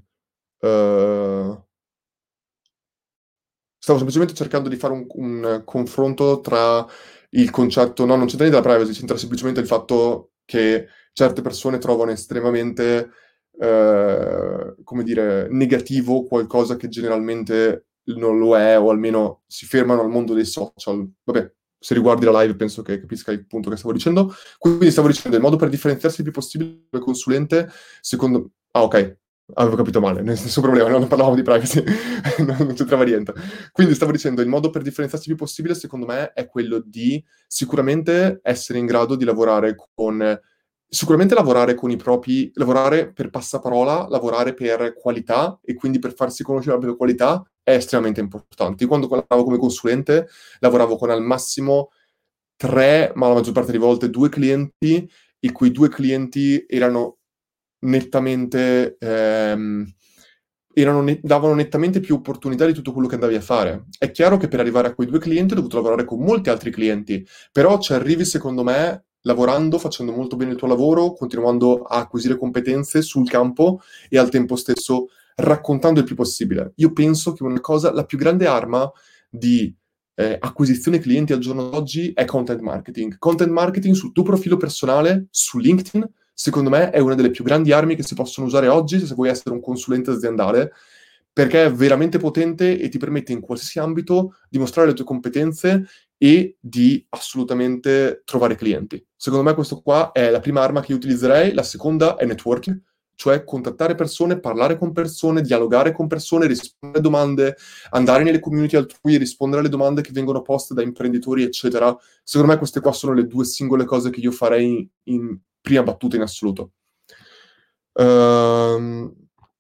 Stavo semplicemente cercando di fare un confronto tra il concetto, no, non c'entra niente della privacy, c'entra semplicemente il fatto che certe persone trovano estremamente, come dire, negativo qualcosa che generalmente non lo è, o almeno si fermano al mondo dei social. Vabbè, se riguardi la live penso che capisca il punto che stavo dicendo. Quindi stavo dicendo, il modo per differenziarsi il più possibile come consulente, secondo... Ah, ok. Avevo capito male, nessun problema, non parlavamo di privacy, non c'entrava niente. Quindi stavo dicendo, il modo per differenziarsi il più possibile, secondo me, è quello di sicuramente essere in grado di lavorare con... Sicuramente lavorare con i propri... Lavorare per passaparola, lavorare per qualità e quindi per farsi conoscere la propria qualità è estremamente importante. Io quando lavoravo come consulente, lavoravo con al massimo tre, ma la maggior parte delle volte due clienti, i cui due clienti erano nettamente davano nettamente più opportunità di tutto quello che andavi a fare. È chiaro che per arrivare a quei due clienti ho dovuto lavorare con molti altri clienti, però ci arrivi, secondo me, lavorando, facendo molto bene il tuo lavoro, continuando a acquisire competenze sul campo e al tempo stesso raccontando il più possibile. Io penso che una cosa, la più grande arma di acquisizione clienti al giorno d'oggi è content marketing. Content marketing sul tuo profilo personale, su LinkedIn, secondo me è una delle più grandi armi che si possono usare oggi se vuoi essere un consulente aziendale, perché è veramente potente e ti permette in qualsiasi ambito di mostrare le tue competenze e di assolutamente trovare clienti. Secondo me questo qua è la prima arma che io utilizzerei, la seconda è networking, cioè contattare persone, parlare con persone, dialogare con persone, rispondere a domande, andare nelle community altrui e rispondere alle domande che vengono poste da imprenditori, eccetera. Secondo me queste qua sono le due singole cose che io farei in prima battuta in assoluto. Ehm,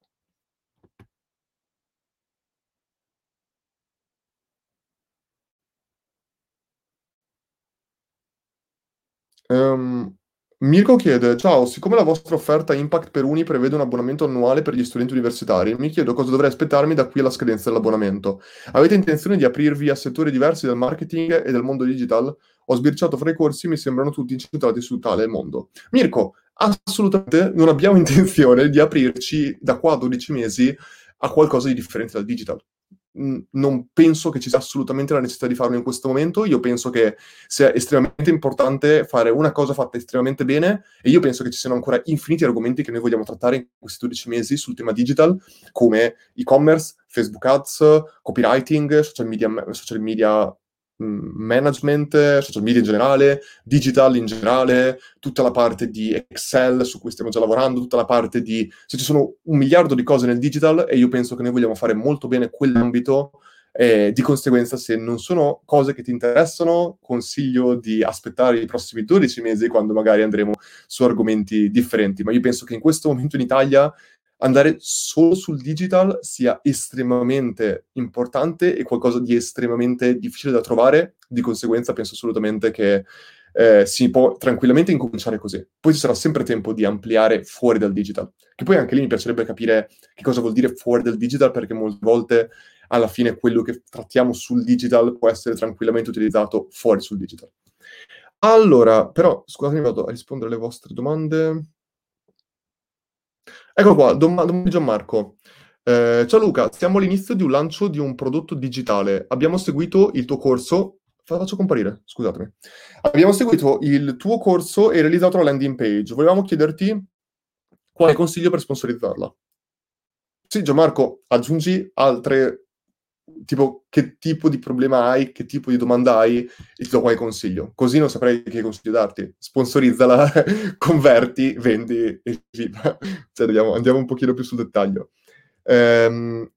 ehm, Mirko chiede: Ciao, siccome la vostra offerta Impact per Uni prevede un abbonamento annuale per gli studenti universitari, mi chiedo cosa dovrei aspettarmi da qui alla scadenza dell'abbonamento. Avete intenzione di aprirvi a settori diversi del marketing e del mondo digital? Ho sbirciato fra i corsi, mi sembrano tutti incentrati su tale mondo. Mirko, assolutamente non abbiamo intenzione di aprirci da qua a 12 mesi a qualcosa di differente dal digital. Non penso che ci sia assolutamente la necessità di farlo in questo momento. Io penso che sia estremamente importante fare una cosa fatta estremamente bene e io penso che ci siano ancora infiniti argomenti che noi vogliamo trattare in questi 12 mesi sul tema digital, come e-commerce, Facebook Ads, copywriting, social media management, social media in generale, digital in generale, tutta la parte di Excel su cui stiamo già lavorando, tutta la parte di... Se ci sono un miliardo di cose nel digital e io penso che noi vogliamo fare molto bene quell'ambito, di conseguenza se non sono cose che ti interessano, consiglio di aspettare i prossimi 12 mesi quando magari andremo su argomenti differenti, ma io penso che in questo momento in Italia andare solo sul digital sia estremamente importante e qualcosa di estremamente difficile da trovare, di conseguenza penso assolutamente che si può tranquillamente incominciare così. Poi ci sarà sempre tempo di ampliare fuori dal digital, che poi anche lì mi piacerebbe capire che cosa vuol dire fuori dal digital, perché molte volte alla fine quello che trattiamo sul digital può essere tranquillamente utilizzato fuori sul digital. Allora, però, scusatemi, vado a rispondere alle vostre domande. Ecco qua, domanda di Gianmarco. Ciao Luca, siamo all'inizio di un lancio di un prodotto digitale. Abbiamo seguito il tuo corso. Faccio comparire, scusatemi. Abbiamo seguito il tuo corso e realizzato la landing page. Volevamo chiederti quale consiglio per sponsorizzarla. Sì, Gianmarco, aggiungi altre tipo che tipo di problema hai, che tipo di domanda hai, e ti do qualche consiglio. Così non saprei che consiglio darti. Sponsorizzala, converti, vendi e via. Cioè, andiamo un pochino più sul dettaglio. Ehm,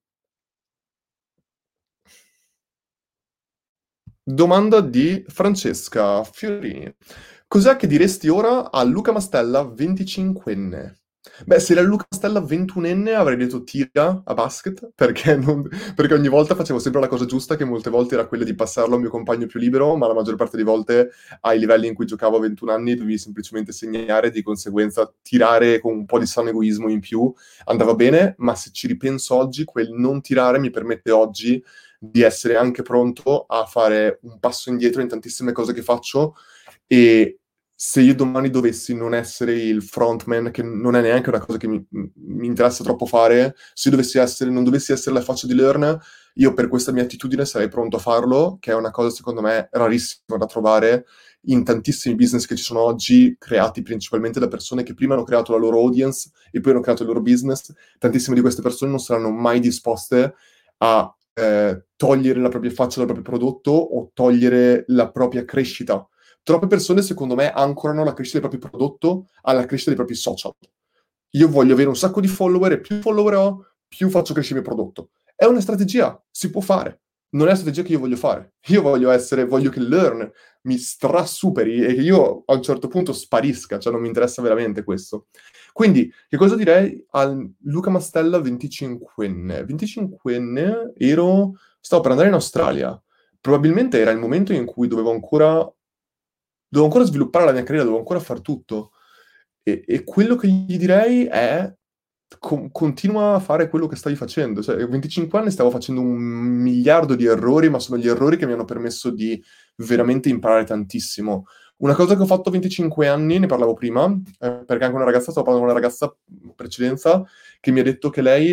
Domanda di Francesca Fiorini. Cos'è che diresti ora a Luca Mastella, 25enne? Beh, se era Luca Mastella 21enne avrei detto tira a basket, perché ogni volta facevo sempre la cosa giusta, che molte volte era quella di passarlo al mio compagno più libero, ma la maggior parte di volte ai livelli in cui giocavo a 21 anni dovevi semplicemente segnare, di conseguenza tirare con un po' di sano egoismo in più andava bene, ma se ci ripenso oggi, quel non tirare mi permette oggi di essere anche pronto a fare un passo indietro in tantissime cose che faccio, e se io domani dovessi non essere il frontman, che non è neanche una cosa che mi interessa troppo fare, se io non dovessi essere la faccia di Learn, io per questa mia attitudine sarei pronto a farlo, che è una cosa secondo me rarissima da trovare in tantissimi business che ci sono oggi, creati principalmente da persone che prima hanno creato la loro audience e poi hanno creato il loro business. Tantissime di queste persone non saranno mai disposte a togliere la propria faccia dal proprio prodotto o togliere la propria crescita. Troppe persone, secondo me, ancorano la crescita del proprio prodotto alla crescita dei propri social. Io voglio avere un sacco di follower e più follower ho, più faccio crescere il mio prodotto. È una strategia, si può fare. Non è la strategia che io voglio fare. Io voglio che Learn mi strassuperi e che io a un certo punto sparisca, cioè non mi interessa veramente questo. Quindi, che cosa direi a Luca Mastella 25enne? 25enne stavo per andare in Australia. Probabilmente era il momento in cui dovevo ancora sviluppare la mia carriera, dovevo ancora far tutto. E quello che gli direi è continua a fare quello che stavi facendo. Cioè, a 25 anni stavo facendo un miliardo di errori, ma sono gli errori che mi hanno permesso di veramente imparare tantissimo. Una cosa che ho fatto a 25 anni, ne parlavo prima, perché anche stavo parlando con una ragazza in precedenza, che mi ha detto che lei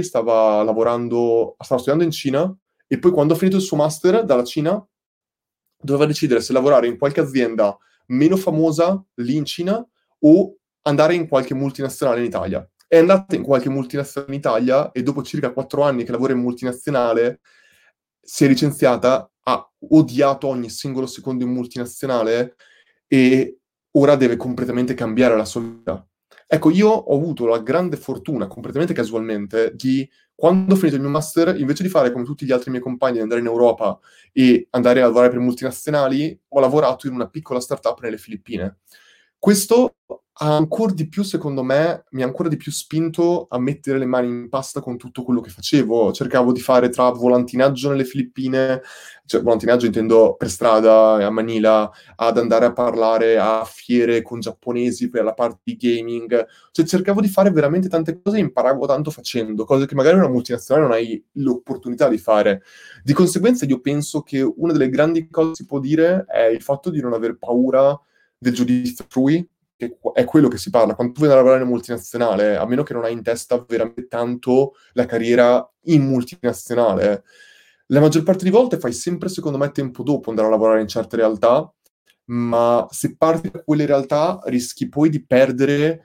stava studiando in Cina, e poi quando ha finito il suo master dalla Cina, doveva decidere se lavorare in qualche azienda meno famosa lì in Cina o andare in qualche multinazionale in Italia. È andata in qualche multinazionale in Italia e dopo circa 4 anni che lavora in multinazionale si è licenziata, ha odiato ogni singolo secondo in multinazionale e ora deve completamente cambiare la sua vita. Ecco, io ho avuto la grande fortuna, completamente casualmente, di quando ho finito il mio master, invece di fare come tutti gli altri miei compagni, di andare in Europa e andare a lavorare per multinazionali, ho lavorato in una piccola startup nelle Filippine. Questo ha ancora di più, secondo me, mi ha ancora di più spinto a mettere le mani in pasta con tutto quello che facevo. Cercavo di fare tra volantinaggio nelle Filippine, cioè volantinaggio intendo per strada a Manila, ad andare a parlare a fiere con giapponesi per la parte di gaming. Cioè cercavo di fare veramente tante cose e imparavo tanto facendo, cose che magari una multinazionale non hai l'opportunità di fare. Di conseguenza io penso che una delle grandi cose che si può dire è il fatto di non aver paura del giudizio altrui, che è quello che si parla. Quando tu vuoi andare a lavorare in multinazionale, a meno che non hai in testa veramente tanto la carriera in multinazionale, la maggior parte di volte fai sempre, secondo me, tempo dopo andare a lavorare in certe realtà, ma se parti da quelle realtà rischi poi di perdere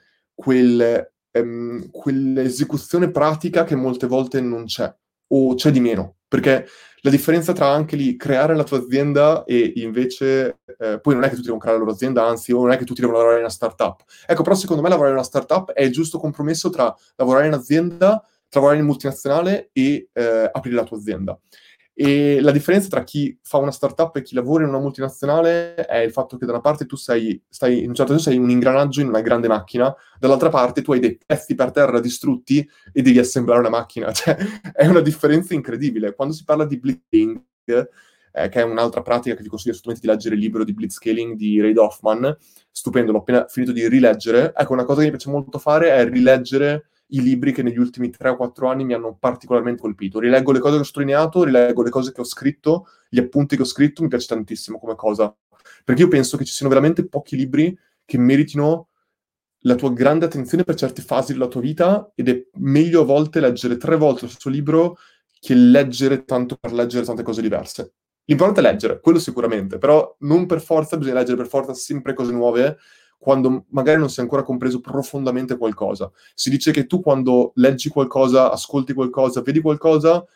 quell'esecuzione pratica che molte volte non c'è, o c'è di meno, perché la differenza tra anche lì creare la tua azienda e invece poi non è che tutti devono creare la loro azienda, anzi, o non è che tutti devono lavorare in una startup. Ecco, però secondo me lavorare in una startup è il giusto compromesso tra lavorare in azienda, lavorare in multinazionale e aprire la tua azienda. E la differenza tra chi fa una startup e chi lavora in una multinazionale è il fatto che da una parte tu stai in un certo senso sei un ingranaggio in una grande macchina, dall'altra parte tu hai dei pezzi per terra distrutti e devi assemblare una macchina. Cioè, è una differenza incredibile. Quando si parla di blitzscaling, che è un'altra pratica che vi consiglio assolutamente di leggere il libro di blitzscaling di Reid Hoffman, stupendo, l'ho appena finito di rileggere. Ecco, una cosa che mi piace molto fare è rileggere i libri che negli ultimi 3 o 4 anni mi hanno particolarmente colpito. Rileggo le cose che ho sottolineato, rileggo le cose che ho scritto, gli appunti che ho scritto, mi piace tantissimo come cosa. Perché io penso che ci siano veramente pochi libri che meritino la tua grande attenzione per certe fasi della tua vita, ed è meglio a volte leggere 3 volte lo stesso libro che leggere tanto per leggere tante cose diverse. L'importante è leggere, quello sicuramente, però non per forza bisogna leggere per forza sempre cose nuove quando magari non si è ancora compreso profondamente qualcosa. Si dice che tu quando leggi qualcosa, ascolti qualcosa, vedi qualcosa,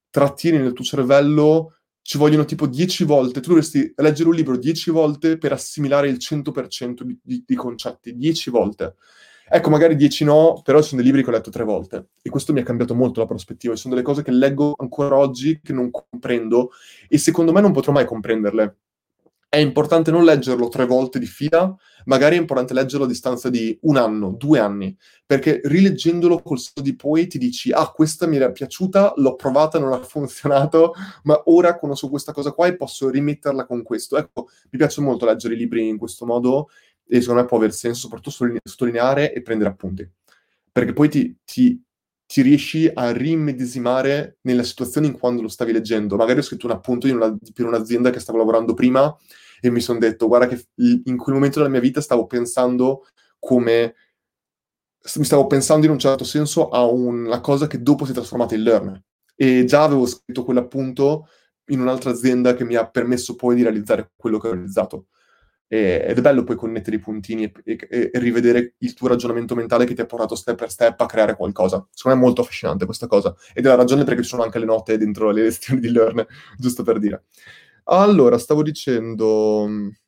trattieni nel tuo cervello, ci vogliono tipo 10 volte, tu dovresti leggere un libro 10 volte per assimilare il 100% di concetti, 10 volte. Ecco, magari 10 no, però ci sono dei libri che ho letto 3 volte e questo mi ha cambiato molto la prospettiva. Ci sono delle cose che leggo ancora oggi che non comprendo e secondo me non potrò mai comprenderle. È importante non leggerlo 3 volte di fila, magari è importante leggerlo a distanza di 1 anno, 2 anni, perché rileggendolo col senso di poi ti dici, ah, questa mi era piaciuta, l'ho provata, non ha funzionato, ma ora conosco questa cosa qua e posso rimetterla con questo. Ecco, mi piace molto leggere i libri in questo modo e secondo me può aver senso soprattutto sottolineare e prendere appunti, perché poi ti riesci a rimmedesimare nella situazione in quando lo stavi leggendo. Magari ho scritto un appunto per un'azienda che stavo lavorando prima e mi sono detto, guarda che in quel momento della mia vita stavo pensando come... Mi stavo pensando in un certo senso a una cosa che dopo si è trasformata in learn. E già avevo scritto quell'appunto in un'altra azienda che mi ha permesso poi di realizzare quello che ho realizzato. Ed è bello poi connettere i puntini e rivedere il tuo ragionamento mentale che ti ha portato step per step a creare qualcosa. Secondo me è molto affascinante questa cosa. Ed è la ragione perché ci sono anche le note dentro le lezioni di Learn, giusto per dire. Allora, stavo dicendo...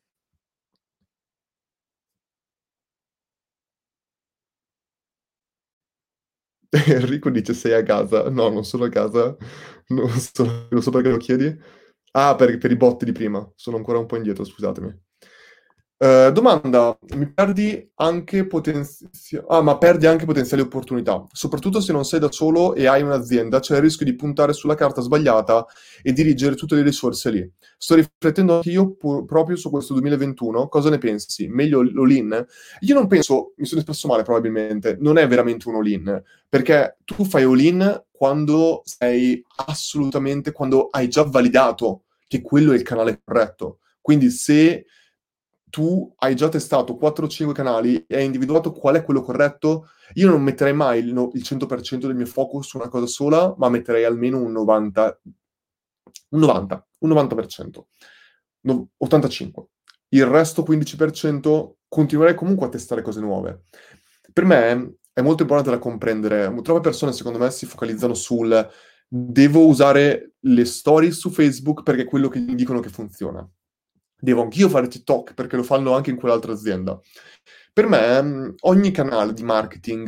Enrico dice sei a casa. No, non sono a casa. Non so perché lo chiedi. Ah, per i botti di prima. Sono ancora un po' indietro, scusatemi. Domanda, ma perdi anche potenziali opportunità, soprattutto se non sei da solo e hai un'azienda, c'è il rischio di puntare sulla carta sbagliata e dirigere tutte le risorse lì. Sto riflettendo anche io proprio su questo 2021, cosa ne pensi? Meglio l'all-in? Io non penso, mi sono espresso male probabilmente, non è veramente un all-in, perché tu fai all-in quando hai già validato che quello è il canale corretto. Quindi se tu hai già testato 4-5 canali e hai individuato qual è quello corretto, io non metterei mai il 100% del mio focus su una cosa sola, ma metterei almeno un 90%, 85%. Il resto 15% continuerei comunque a testare cose nuove. Per me è molto importante da comprendere. Troppe persone, secondo me, si focalizzano sul devo usare le stories su Facebook perché è quello che mi dicono che funziona. Devo anch'io fare TikTok perché lo fanno anche in quell'altra azienda. Per me, ogni canale di marketing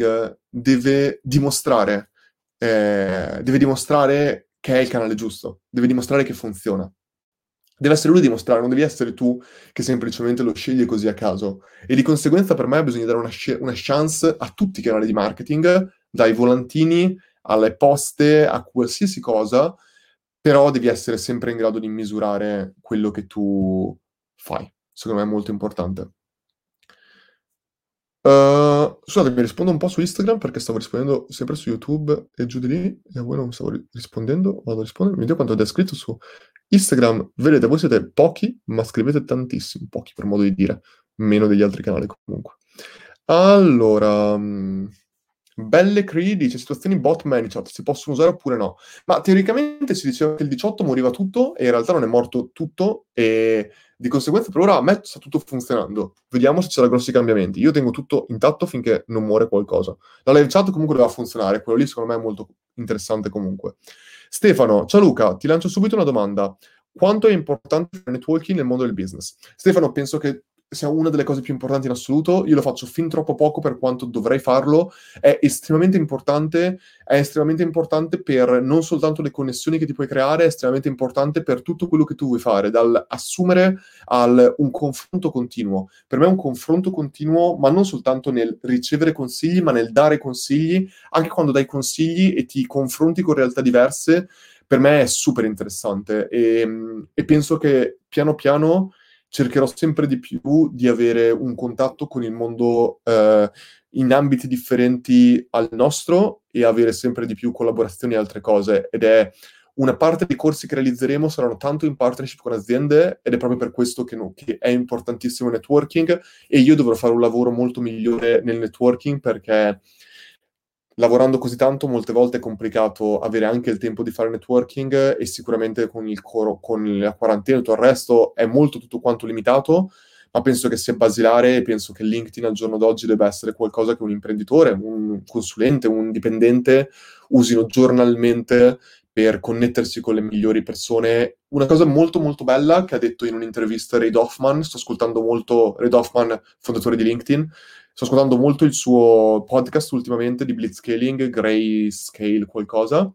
deve dimostrare che è il canale giusto, deve dimostrare che funziona. Deve essere lui a dimostrare, non devi essere tu che semplicemente lo scegli così a caso. E di conseguenza per me bisogna dare una chance a tutti i canali di marketing, dai volantini alle poste, a qualsiasi cosa, però devi essere sempre in grado di misurare quello che tu fai. Secondo me è molto importante. Scusate, mi rispondo un po' su Instagram perché stavo rispondendo sempre su YouTube e giù di lì e a voi non stavo rispondendo. Vado a rispondere. Mi dico quanto è scritto su Instagram. Vedete, voi siete pochi, ma scrivete tantissimo. Pochi per modo di dire. Meno degli altri canali comunque. Allora, Belle Cree dice situazioni bot ManyChat si possono usare oppure no? Ma teoricamente si diceva che il 18 moriva tutto e in realtà non è morto tutto e di conseguenza per ora a me sta tutto funzionando. Vediamo se c'era grossi cambiamenti. Io tengo tutto intatto finché non muore qualcosa. La live chat comunque doveva funzionare, quello lì secondo me è molto interessante comunque. Stefano, ciao Luca, ti lancio subito una domanda. Quanto è importante il networking nel mondo del business? Stefano, penso che sia una delle cose più importanti in assoluto. Io lo faccio fin troppo poco per quanto dovrei farlo. È estremamente importante per non soltanto le connessioni che ti puoi creare, è estremamente importante per tutto quello che tu vuoi fare, dal assumere al un confronto continuo. Per me è un confronto continuo, ma non soltanto nel ricevere consigli, ma nel dare consigli, anche quando dai consigli e ti confronti con realtà diverse, per me è super interessante e penso che piano piano cercherò sempre di più di avere un contatto con il mondo in ambiti differenti al nostro e avere sempre di più collaborazioni e altre cose. Ed è una parte dei corsi che realizzeremo saranno tanto in partnership con aziende ed è proprio per questo che è importantissimo il networking e io dovrò fare un lavoro molto migliore nel networking perché lavorando così tanto molte volte è complicato avere anche il tempo di fare networking e sicuramente con con la quarantena e tutto il resto è molto tutto quanto limitato, ma penso che sia basilare e penso che LinkedIn al giorno d'oggi debba essere qualcosa che un imprenditore, un consulente, un dipendente usino giornalmente per connettersi con le migliori persone. Una cosa molto molto bella che ha detto in un'intervista Reid Hoffman, sto ascoltando molto Reid Hoffman, fondatore di LinkedIn, sto ascoltando molto il suo podcast ultimamente di Blitzscaling, Grayscale qualcosa,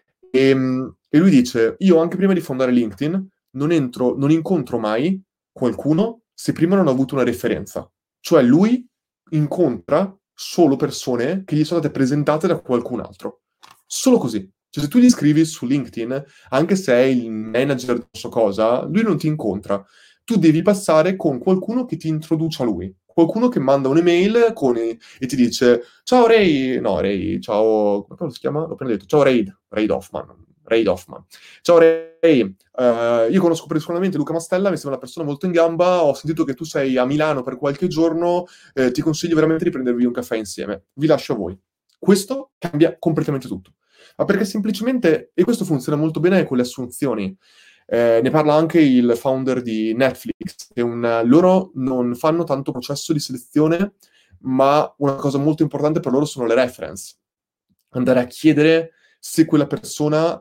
e lui dice, io anche prima di fondare LinkedIn non incontro mai qualcuno se prima non ho avuto una referenza. Cioè lui incontra solo persone che gli sono state presentate da qualcun altro. Solo così. Cioè, se tu gli scrivi su LinkedIn, anche se è il manager di so cosa, lui non ti incontra. Tu devi passare con qualcuno che ti introduce a lui. Qualcuno che manda un'email e ti dice ciao Ray, no Ray, ciao, come si chiama? L'ho appena detto, ciao Reid Hoffman. Reid Hoffman. Ciao Ray, io conosco personalmente Luca Mastella, mi sembra una persona molto in gamba, ho sentito che tu sei a Milano per qualche giorno, ti consiglio veramente di prendervi un caffè insieme. Vi lascio a voi. Questo cambia completamente tutto. Ma perché semplicemente, e questo funziona molto bene con le assunzioni, ne parla anche il founder di Netflix, che loro non fanno tanto processo di selezione, ma una cosa molto importante per loro sono le reference. Andare a chiedere se quella persona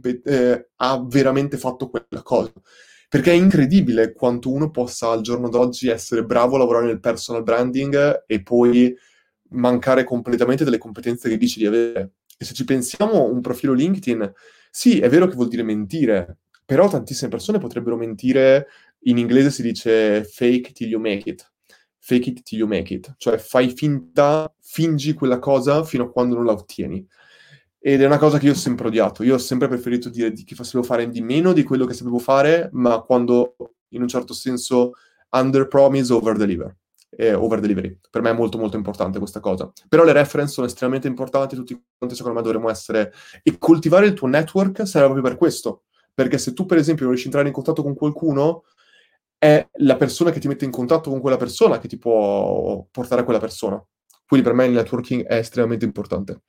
ha veramente fatto quella cosa. Perché è incredibile quanto uno possa al giorno d'oggi essere bravo a lavorare nel personal branding e poi mancare completamente delle competenze che dici di avere. E se ci pensiamo, un profilo LinkedIn, sì, è vero che vuol dire mentire, però tantissime persone potrebbero mentire, in inglese si dice fake till you make it. Fake it till you make it, cioè fai finta, fingi quella cosa fino a quando non la ottieni. Ed è una cosa che io ho sempre odiato. Io ho sempre preferito dire che sapevo fare di meno di quello che sapevo fare, ma quando, in un certo senso, under promise, over deliver. Over delivery. Per me è molto molto importante questa cosa. Però le reference sono estremamente importanti, tutti quanti secondo me dovremmo essere... E coltivare il tuo network serve proprio per questo. Perché se tu, per esempio, non riesci a entrare in contatto con qualcuno, è la persona che ti mette in contatto con quella persona che ti può portare a quella persona. Quindi per me il networking è estremamente importante.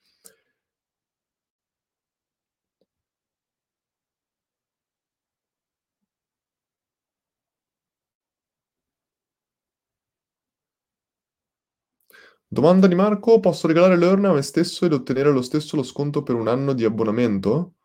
Domanda di Marco: posso regalare Learn a me stesso ed ottenere lo stesso lo sconto per un anno di abbonamento?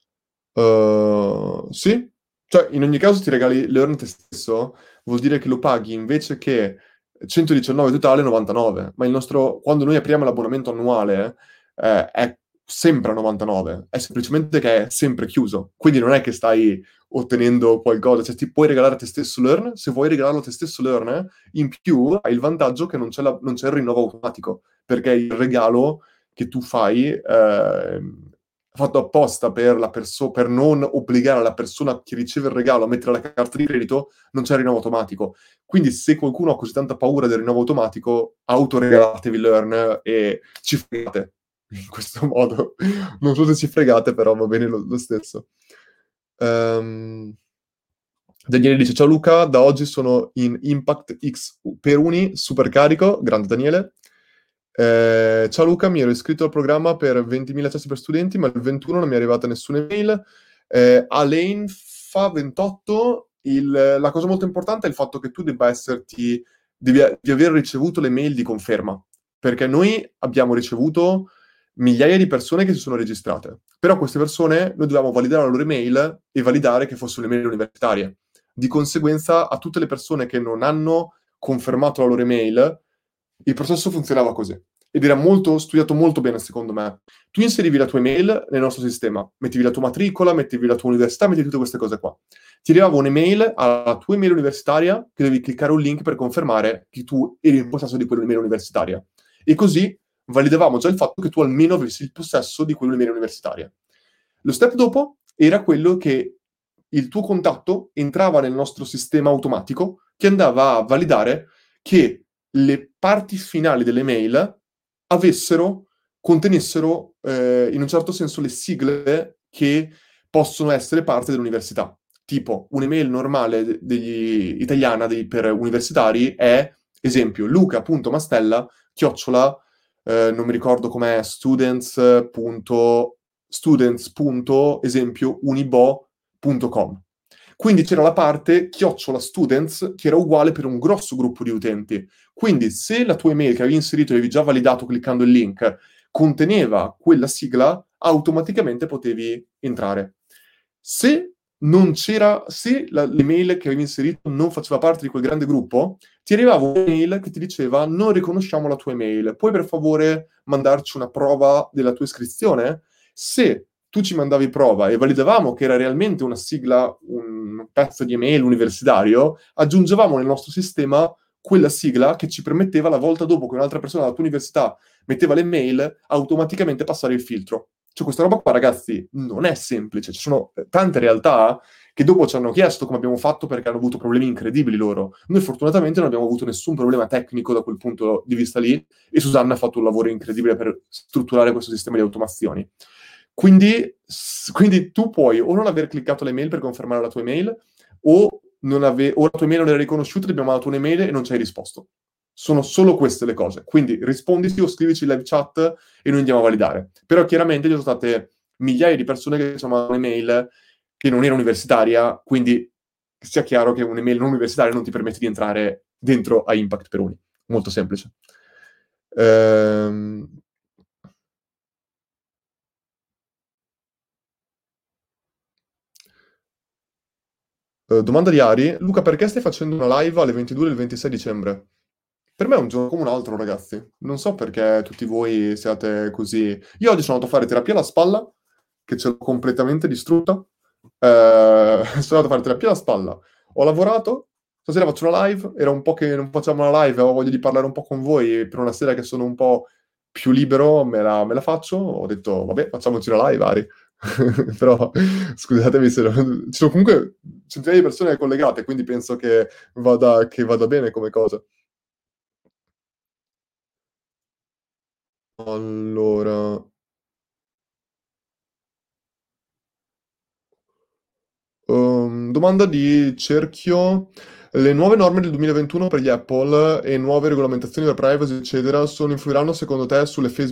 Sì, cioè in ogni caso ti regali Learn te stesso, vuol dire che lo paghi invece che 119 totale, 99, ma quando noi apriamo l'abbonamento annuale è sempre a 99, è semplicemente che è sempre chiuso, quindi non è che stai ottenendo qualcosa, cioè ti puoi regalare a te stesso Learn, se vuoi regalarlo a te stesso Learn, in più hai il vantaggio che non c'è il rinnovo automatico, perché il regalo che tu fai fatto apposta per non obbligare la persona che riceve il regalo a mettere la carta di credito, non c'è il rinnovo automatico. Quindi se qualcuno ha così tanta paura del rinnovo automatico, autoregalatevi Learn e ci fregate in questo modo. Non so se ci fregate, però va bene lo stesso. Daniele dice: ciao Luca, da oggi sono in Impact X per Uni, super carico. Grande Daniele. Ciao Luca, mi ero iscritto al programma per 20.000 accessi per studenti, ma il 21 non mi è arrivata nessuna email. Alain fa 28. La cosa molto importante è il fatto che tu devi aver ricevuto le mail di conferma, perché noi abbiamo ricevuto migliaia di persone che si sono registrate, però queste persone noi dovevamo validare la loro email e validare che fossero le mail universitarie. Di conseguenza, a tutte le persone che non hanno confermato la loro email, il processo funzionava così. Ed era molto studiato molto bene, secondo me. Tu inserivi la tua email nel nostro sistema, mettevi la tua matricola, mettevi la tua università, mettevi tutte queste cose qua. Ti arrivava un'email alla tua email universitaria che devi cliccare un link per confermare che tu eri in possesso di quell'email universitaria. E così validavamo già il fatto che tu almeno avessi il possesso di quell'email universitaria. Lo step dopo era quello che il tuo contatto entrava nel nostro sistema automatico che andava a validare che le parti finali delle mail contenessero in un certo senso le sigle che possono essere parte dell'università. Tipo, un'email normale italiana per universitari è, esempio, luca.mastella, chiocciola, non mi ricordo com'è, esempio, unibo.com. Quindi c'era la parte chiocciola students che era uguale per un grosso gruppo di utenti. Quindi se la tua email che avevi inserito avevi già validato cliccando il link conteneva quella sigla, automaticamente potevi entrare. Se non c'era, se l'email che avevi inserito non faceva parte di quel grande gruppo, ti arrivava un'email che ti diceva: non riconosciamo la tua email, puoi per favore mandarci una prova della tua iscrizione? Se tu ci mandavi prova e validavamo che era realmente una sigla, un pezzo di email universitario, aggiungevamo nel nostro sistema quella sigla che ci permetteva la volta dopo che un'altra persona della tua università metteva le mail, automaticamente passare il filtro. Cioè, questa roba qua, ragazzi, non è semplice. Ci sono tante realtà che dopo ci hanno chiesto come abbiamo fatto perché hanno avuto problemi incredibili loro. Noi fortunatamente non abbiamo avuto nessun problema tecnico da quel punto di vista lì e Susanna ha fatto un lavoro incredibile per strutturare questo sistema di automazioni. Quindi tu puoi o non aver cliccato l'email per confermare la tua email o o la tua email non era riconosciuta, ti abbiamo mandato un'email e non ci hai risposto. Sono solo queste le cose. Quindi rispondici o scrivici in live chat e noi andiamo a validare. Però chiaramente ci sono state migliaia di persone che ci hanno mandato un'email che non era universitaria, quindi sia chiaro che un'email non universitaria non ti permette di entrare dentro a Impact per Uni. Molto semplice. Domanda di Ari. Luca, perché stai facendo una live alle 22 del 26 dicembre? Per me è un giorno come un altro, ragazzi. Non so perché tutti voi siate così. Io oggi sono andato a fare terapia alla spalla, che ce l'ho completamente distrutta. Sono andato a fare terapia alla spalla. Ho lavorato, stasera faccio una live. Era un po' che non facciamo una live, avevo voglia di parlare un po' con voi. Per una sera che sono un po' più libero, me la faccio. Ho detto, vabbè, facciamoci una live, Ari. Però scusatemi se ci sono comunque centinaia di persone collegate, quindi penso che vada bene come cosa. Allora, domanda di Cerchio. Le nuove norme del 2021 per gli Apple e nuove regolamentazioni della privacy, eccetera, influiranno secondo te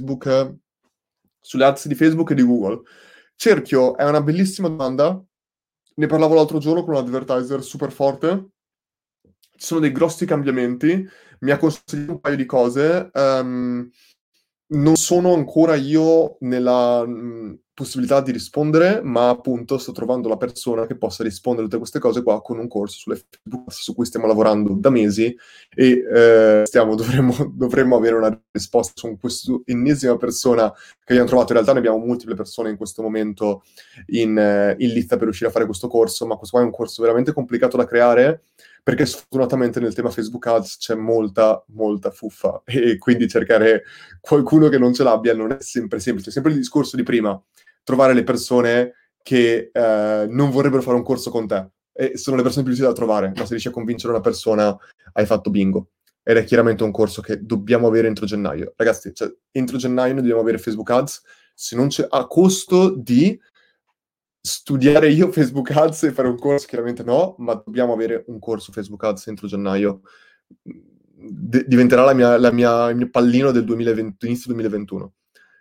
sulle ads di Facebook e di Google? Cerchio, è una bellissima domanda. Ne parlavo l'altro giorno con un advertiser super forte. Ci sono dei grossi cambiamenti. Mi ha consigliato un paio di cose. Non sono ancora io nella possibilità di rispondere, ma appunto sto trovando la persona che possa rispondere a tutte queste cose qua con un corso sulle Facebook su cui stiamo lavorando da mesi e dovremmo avere una risposta su questa ennesima persona che abbiamo trovato. In realtà ne abbiamo multiple persone in questo momento in lista per riuscire a fare questo corso, ma questo qua è un corso veramente complicato da creare perché sfortunatamente nel tema Facebook Ads c'è molta, molta fuffa e quindi cercare qualcuno che non ce l'abbia non è sempre semplice. Sempre il discorso di prima, trovare le persone che non vorrebbero fare un corso con te. E sono le persone più difficili da trovare, ma se riesci a convincere una persona hai fatto bingo. Ed è chiaramente un corso che dobbiamo avere entro gennaio. Ragazzi, cioè, entro gennaio noi dobbiamo avere Facebook Ads, se non c'è a costo di studiare io Facebook Ads e fare un corso, chiaramente no, ma dobbiamo avere un corso Facebook Ads entro gennaio. Diventerà il mio pallino del 2020, inizio 2021.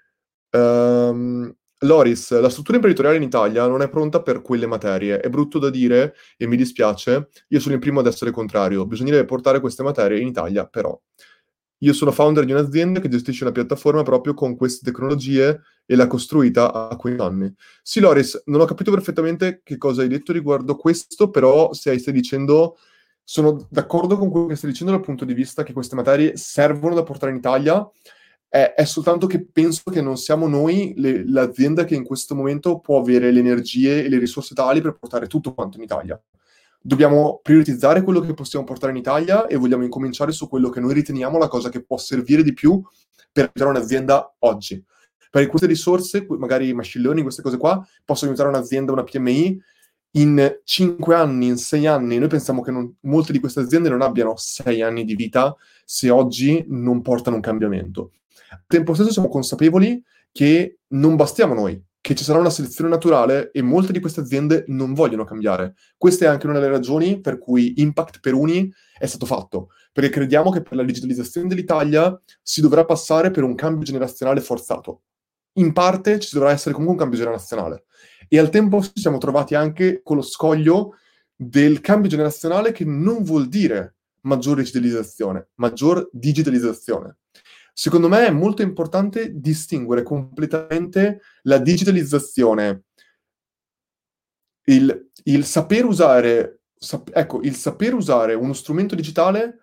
Loris, la struttura imprenditoriale in Italia non è pronta per quelle materie. È brutto da dire e mi dispiace. Io sono il primo ad essere contrario. Bisognerebbe portare queste materie in Italia, però. Io sono founder di un'azienda che gestisce una piattaforma proprio con queste tecnologie e l'ha costruita a 15 anni. Sì, Loris, non ho capito perfettamente che cosa hai detto riguardo questo, però se stai dicendo, sono d'accordo con quello che stai dicendo dal punto di vista che queste materie servono da portare in Italia. È soltanto che penso che non siamo noi l'azienda che in questo momento può avere le energie e le risorse tali per portare tutto quanto in Italia. Dobbiamo prioritizzare quello che possiamo portare in Italia e vogliamo incominciare su quello che noi riteniamo la cosa che può servire di più per aiutare un'azienda oggi. Perché queste risorse, magari machine learning, queste cose qua, possono aiutare un'azienda, una PMI, in 5 anni, in 6 anni. Noi pensiamo che molte di queste aziende non abbiano 6 anni di vita se oggi non portano un cambiamento. Al tempo stesso siamo consapevoli che non bastiamo noi, che ci sarà una selezione naturale e molte di queste aziende non vogliono cambiare. Questa è anche una delle ragioni per cui Impact per Uni è stato fatto, perché crediamo che per la digitalizzazione dell'Italia si dovrà passare per un cambio generazionale forzato. In parte ci dovrà essere comunque un cambio generazionale. E al tempo ci siamo trovati anche con lo scoglio del cambio generazionale che non vuol dire maggior digitalizzazione, maggior digitalizzazione. Secondo me è molto importante distinguere completamente la digitalizzazione, il saper usare, ecco, il saper usare uno strumento digitale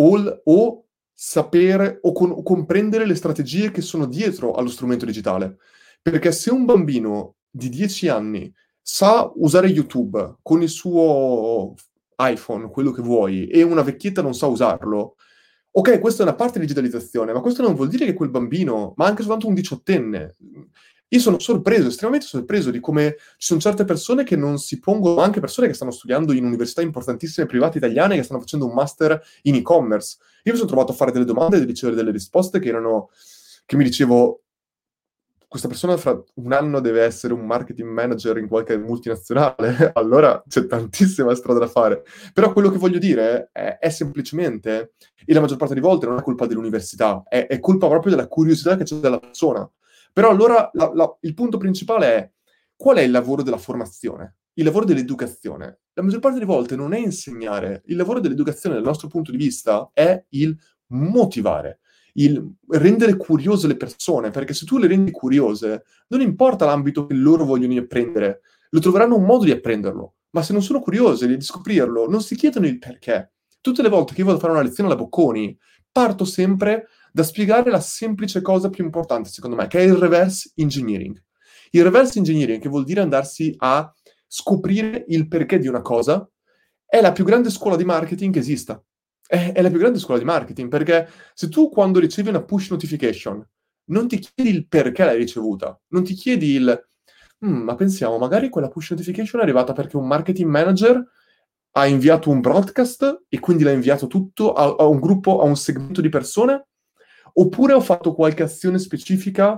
o sapere o comprendere le strategie che sono dietro allo strumento digitale. Perché se un bambino di 10 anni sa usare YouTube con il suo iPhone, quello che vuoi, e una vecchietta non sa usarlo, ok, questa è una parte di digitalizzazione, ma questo non vuol dire che quel bambino, ma anche soltanto un diciottenne, io sono sorpreso, estremamente sorpreso di come ci sono certe persone che non si pongono, anche persone che stanno studiando in università importantissime private italiane, che stanno facendo un master in e-commerce. Io mi sono trovato a fare delle domande e a ricevere delle risposte che erano, che mi dicevo, questa persona fra un anno deve essere un marketing manager in qualche multinazionale, allora c'è tantissima strada da fare. Però quello che voglio dire è semplicemente, e la maggior parte delle volte non è colpa dell'università, è colpa proprio della curiosità che c'è della persona. Però allora il punto principale è qual è il lavoro della formazione? Il lavoro dell'educazione. La maggior parte delle volte non è insegnare, il lavoro dell'educazione dal nostro punto di vista è il motivare, il rendere curiose le persone, perché se tu le rendi curiose, non importa l'ambito che loro vogliono apprendere, lo troveranno un modo di apprenderlo, ma se non sono curiose di scoprirlo, non si chiedono il perché. Tutte le volte che io vado a fare una lezione alla Bocconi, parto sempre da spiegare la semplice cosa più importante, secondo me, che è il reverse engineering. Il reverse engineering, che vuol dire andarsi a scoprire il perché di una cosa, è la più grande scuola di marketing che esista. È la più grande scuola di marketing, perché se tu quando ricevi una push notification non ti chiedi il perché l'hai ricevuta, non ti chiedi il ma pensiamo, magari quella push notification è arrivata perché un marketing manager ha inviato un broadcast e quindi l'ha inviato tutto a un gruppo, a un segmento di persone, oppure ho fatto qualche azione specifica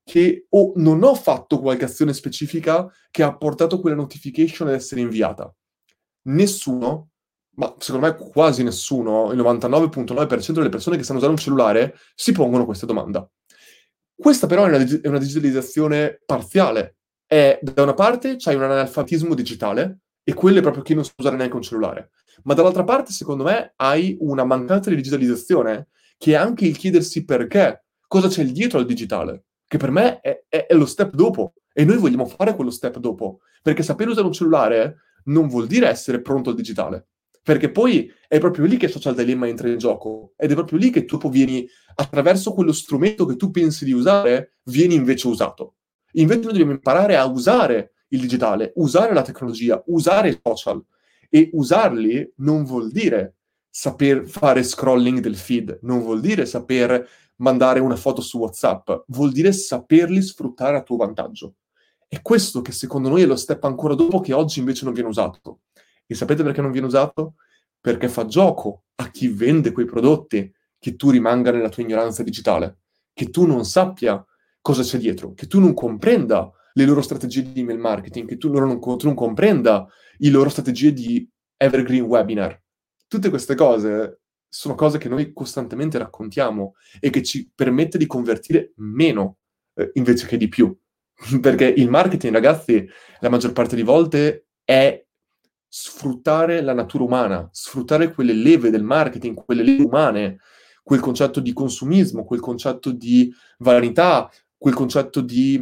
o non ho fatto qualche azione specifica che ha portato quella notification ad essere inviata. Nessuno, ma secondo me quasi nessuno, il 99,9% delle persone che sanno usare un cellulare si pongono questa domanda. Questa però è una digitalizzazione parziale. Da una parte c'hai un analfabetismo digitale, e quello è proprio chi non sa usare neanche un cellulare. Ma dall'altra parte, secondo me, hai una mancanza di digitalizzazione, che è anche il chiedersi perché, cosa c'è dietro al digitale, che per me è lo step dopo. E noi vogliamo fare quello step dopo, perché sapere usare un cellulare non vuol dire essere pronto al digitale. Perché poi è proprio lì che il social dilemma entra in gioco, ed è proprio lì che tu vieni, attraverso quello strumento che tu pensi di usare, vieni invece usato. Invece noi dobbiamo imparare a usare il digitale, usare la tecnologia, usare i social. E usarli non vuol dire saper fare scrolling del feed, non vuol dire saper mandare una foto su WhatsApp, vuol dire saperli sfruttare a tuo vantaggio. È questo che secondo noi è lo step ancora dopo, che oggi invece non viene usato. E sapete perché non viene usato? Perché fa gioco a chi vende quei prodotti che tu rimanga nella tua ignoranza digitale, che tu non sappia cosa c'è dietro, che tu non comprenda le loro strategie di email marketing, che tu non comprenda le loro strategie di evergreen webinar. Tutte queste cose sono cose che noi costantemente raccontiamo e che ci permette di convertire meno invece che di più. Perché il marketing, ragazzi, la maggior parte di volte è sfruttare la natura umana, sfruttare quelle leve del marketing, quelle leve umane, quel concetto di consumismo, quel concetto di vanità, quel concetto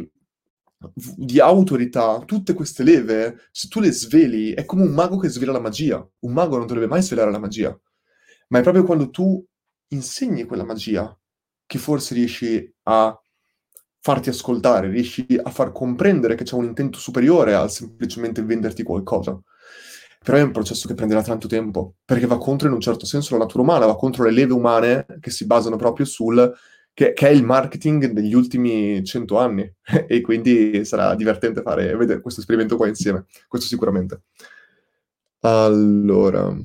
di autorità, tutte queste leve, se tu le sveli, è come un mago che svela la magia. Un mago non dovrebbe mai svelare la magia, ma è proprio quando tu insegni quella magia che forse riesci a farti ascoltare, riesci a far comprendere che c'è un intento superiore al semplicemente venderti qualcosa. Però è un processo che prenderà tanto tempo, perché va contro in un certo senso la natura umana, va contro le leve umane che si basano proprio che è il marketing degli ultimi 100 anni. E quindi sarà divertente vedere questo esperimento qua insieme, questo sicuramente. Allora,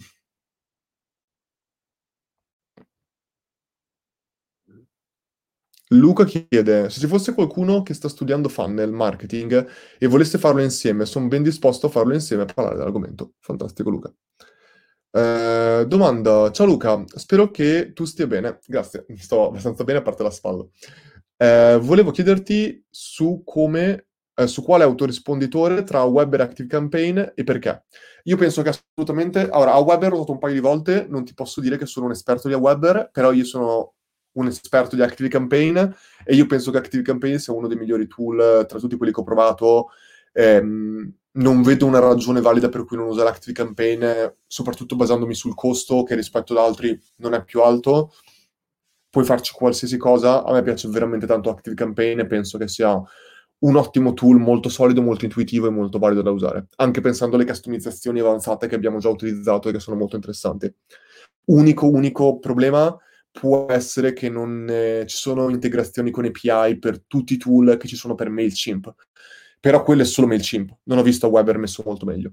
Luca chiede, se ci fosse qualcuno che sta studiando funnel marketing e volesse farlo insieme, sono ben disposto a farlo insieme e parlare dell'argomento. Fantastico, Luca. Domanda, ciao Luca, spero che tu stia bene. Grazie, sto abbastanza bene a parte la spalla. Volevo chiederti su quale autorisponditore tra Web e ActiveCampaign e perché. Io penso che assolutamente. Allora, a Weber ho usato un paio di volte, non ti posso dire che sono un esperto di Weber, però io sono un esperto di ActiveCampaign e io penso che ActiveCampaign sia uno dei migliori tool tra tutti quelli che ho provato. Non vedo una ragione valida per cui non usare ActiveCampaign, soprattutto basandomi sul costo che rispetto ad altri non è più alto. Puoi farci qualsiasi cosa. A me piace veramente tanto ActiveCampaign e penso che sia un ottimo tool, molto solido, molto intuitivo e molto valido da usare, anche pensando alle customizzazioni avanzate che abbiamo già utilizzato e che sono molto interessanti. Unico problema può essere che non ci sono integrazioni con API per tutti i tool che ci sono per MailChimp. Però quello è solo MailChimp. Non ho visto a Weber messo molto meglio.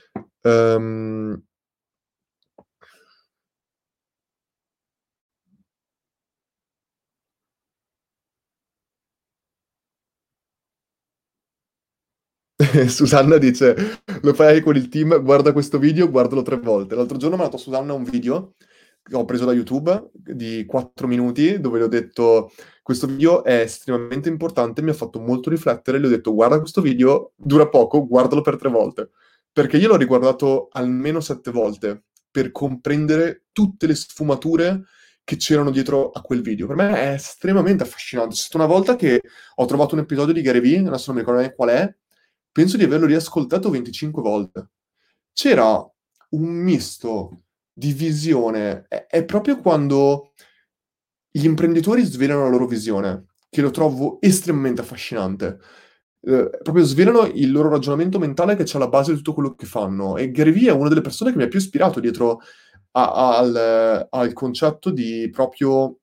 Susanna dice, lo fai con il team, guarda questo video, guardalo 3 volte. L'altro giorno mi ha dato Susanna un video che ho preso da YouTube di 4 minuti dove le ho detto questo video è estremamente importante, mi ha fatto molto riflettere, le ho detto guarda questo video, dura poco, guardalo per 3 volte. Perché io l'ho riguardato almeno 7 volte per comprendere tutte le sfumature che c'erano dietro a quel video. Per me è estremamente affascinante. C'è stata una volta che ho trovato un episodio di Gary Vee, adesso non mi ricordo neanche qual è, penso di averlo riascoltato 25 volte. C'era un misto di visione, è proprio quando gli imprenditori svelano la loro visione, che lo trovo estremamente affascinante. Proprio svelano il loro ragionamento mentale che c'è alla base di tutto quello che fanno. E Gary Vee è una delle persone che mi ha più ispirato dietro al concetto di proprio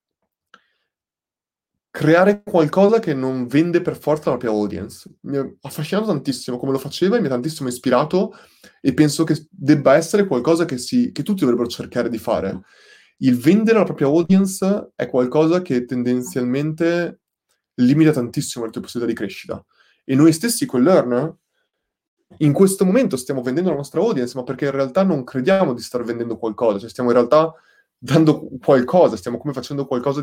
creare qualcosa che non vende per forza la propria audience. Mi ha affascinato tantissimo come lo faceva e mi ha tantissimo ispirato e penso che debba essere qualcosa che tutti dovrebbero cercare di fare. Il vendere la propria audience è qualcosa che tendenzialmente limita tantissimo le tue possibilità di crescita. E noi stessi con Learn, in questo momento stiamo vendendo la nostra audience, ma perché in realtà non crediamo di star vendendo qualcosa, cioè stiamo in realtà dando qualcosa, stiamo come facendo qualcosa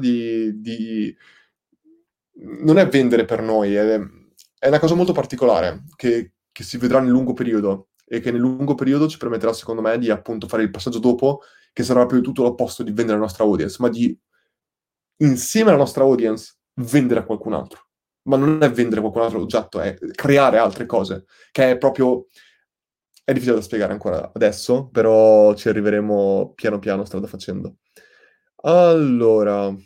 non è vendere per noi, è una cosa molto particolare che si vedrà nel lungo periodo e che nel lungo periodo ci permetterà, secondo me, di appunto fare il passaggio dopo, che sarà più di tutto l'opposto di vendere la nostra audience, ma di, insieme alla nostra audience, vendere a qualcun altro. Ma non è vendere a qualcun altro l'oggetto, è creare altre cose, che è proprio... È difficile da spiegare ancora adesso, però ci arriveremo piano piano, strada facendo. Allora...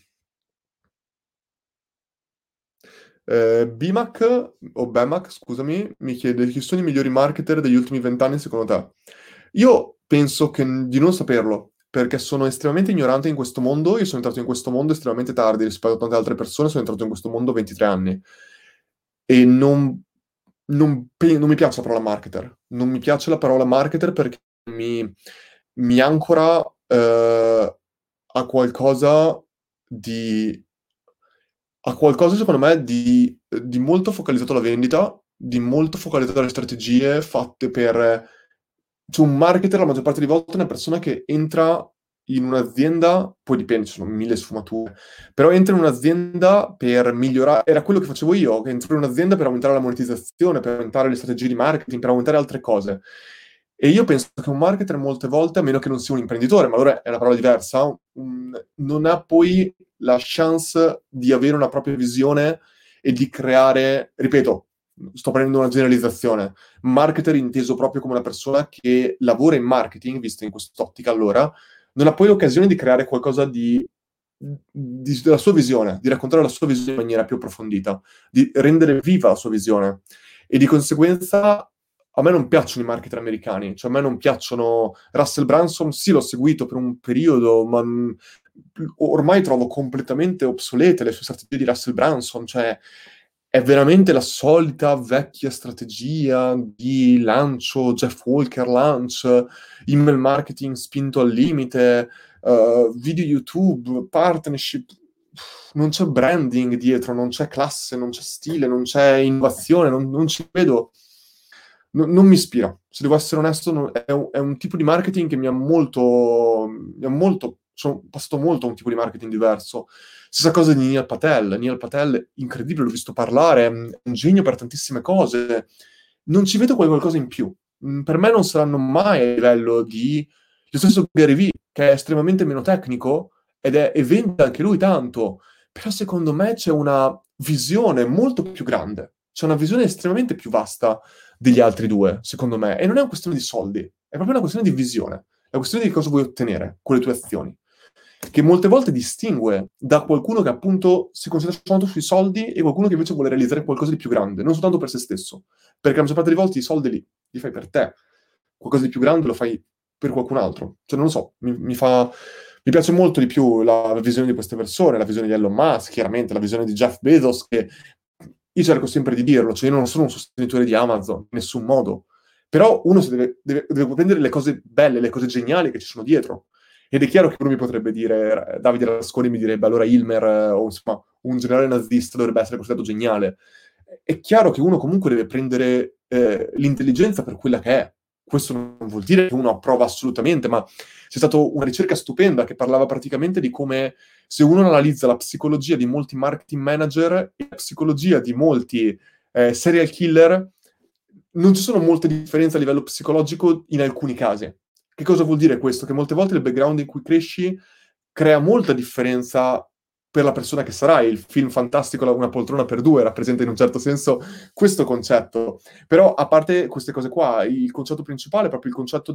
BMAC, o BEMAC, scusami, mi chiede chi sono i migliori marketer degli ultimi 20 anni secondo te? Io penso di non saperlo, perché sono estremamente ignorante in questo mondo. Io sono entrato in questo mondo estremamente tardi rispetto a tante altre persone, sono entrato in questo mondo a 23 anni. E non mi piace la parola marketer. Non mi piace la parola marketer perché mi ancora a qualcosa di secondo me, di molto focalizzato alla vendita, di molto focalizzato alle strategie fatte per... Cioè, un marketer la maggior parte delle volte è una persona che entra in un'azienda, poi dipende, ci sono mille sfumature, però entra in un'azienda per migliorare... Era quello che facevo io, che entro in un'azienda per aumentare la monetizzazione, per aumentare le strategie di marketing, per aumentare altre cose. E io penso che un marketer molte volte, a meno che non sia un imprenditore, ma allora è una parola diversa, non ha poi la chance di avere una propria visione e di creare, ripeto, sto prendendo una generalizzazione, marketer inteso proprio come una persona che lavora in marketing, visto in quest'ottica allora, non ha poi l'occasione di creare qualcosa della sua visione, di raccontare la sua visione in maniera più approfondita, di rendere viva la sua visione. E di conseguenza a me non piacciono i marketer americani, cioè a me non piacciono Russell Branson, sì l'ho seguito per un periodo, ma ormai trovo completamente obsolete le sue strategie di Russell Branson, cioè è veramente la solita vecchia strategia di lancio, Jeff Walker launch, email marketing spinto al limite, video YouTube, partnership, non c'è branding dietro, non c'è classe, non c'è stile, non c'è innovazione, non ci vedo. Non mi ispira. Se devo essere onesto, è un tipo di marketing che sono passato molto a un tipo di marketing diverso. Stessa cosa di Neil Patel. Neil Patel, incredibile, l'ho visto parlare, è un genio per tantissime cose. Non ci vedo qualcosa in più. Per me non saranno mai a livello di... Lo stesso Gary Vee, che è estremamente meno tecnico, e vende anche lui tanto, però secondo me c'è una visione molto più grande, c'è una visione estremamente più vasta degli altri due, secondo me, e non è una questione di soldi, è proprio una questione di visione, è una questione di cosa vuoi ottenere con le tue azioni, che molte volte distingue da qualcuno che appunto si concentra soltanto sui soldi e qualcuno che invece vuole realizzare qualcosa di più grande, non soltanto per se stesso, perché la maggior parte delle volte i soldi li fai per te, qualcosa di più grande lo fai per qualcun altro. Cioè, non lo so, mi piace molto di più la visione di queste persone, la visione di Elon Musk, chiaramente, la visione di Jeff Bezos, che io cerco sempre di dirlo, cioè io non sono un sostenitore di Amazon, in nessun modo. Però uno deve prendere le cose belle, le cose geniali che ci sono dietro. Ed è chiaro che uno mi potrebbe dire, Davide Rasconi mi direbbe, allora Hilmer, o insomma, un generale nazista dovrebbe essere considerato geniale. È chiaro che uno comunque deve prendere l'intelligenza per quella che è. Questo non vuol dire che uno approva assolutamente, ma c'è stata una ricerca stupenda che parlava praticamente di come se uno analizza la psicologia di molti marketing manager e la psicologia di molti serial killer, non ci sono molte differenze a livello psicologico in alcuni casi. Che cosa vuol dire questo? Che molte volte il background in cui cresci crea molta differenza per la persona che sarai. Il film fantastico Una poltrona per due rappresenta in un certo senso questo concetto. Però, a parte queste cose qua, il concetto principale è proprio il concetto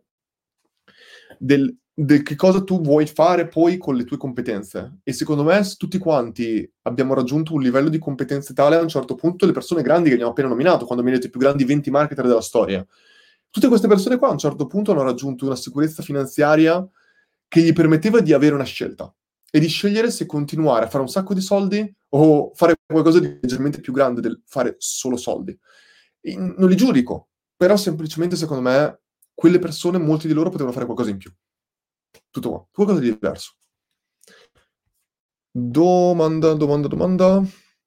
del che cosa tu vuoi fare poi con le tue competenze. E secondo me tutti quanti abbiamo raggiunto un livello di competenze tale a un certo punto, le persone grandi che abbiamo appena nominato, quando mi hai detto i più grandi 20 marketer della storia, tutte queste persone qua a un certo punto hanno raggiunto una sicurezza finanziaria che gli permetteva di avere una scelta e di scegliere se continuare a fare un sacco di soldi o fare qualcosa di leggermente più grande del fare solo soldi. Non li giudico, però semplicemente secondo me quelle persone, molti di loro potevano fare qualcosa in più. Tutto qua, qualcosa di diverso. Domanda.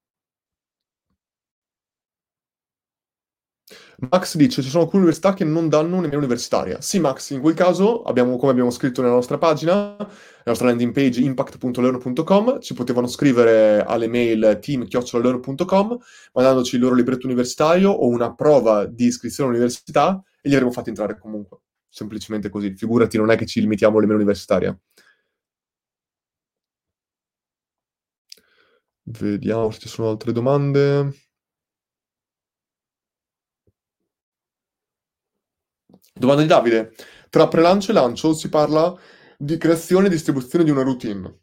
Max dice, ci sono alcune università che non danno nemmeno universitaria. Sì, Max, in quel caso, come abbiamo scritto nella nostra pagina, la nostra landing page impact.learn.com, ci potevano scrivere alle mail team@learn.com, mandandoci il loro libretto universitario o una prova di iscrizione all'università e li avremmo fatti entrare comunque. Semplicemente così. Figurati, non è che ci limitiamo all'email universitaria. Vediamo se ci sono altre domande. Domanda di Davide. Tra prelancio e lancio si parla di creazione e distribuzione di una routine.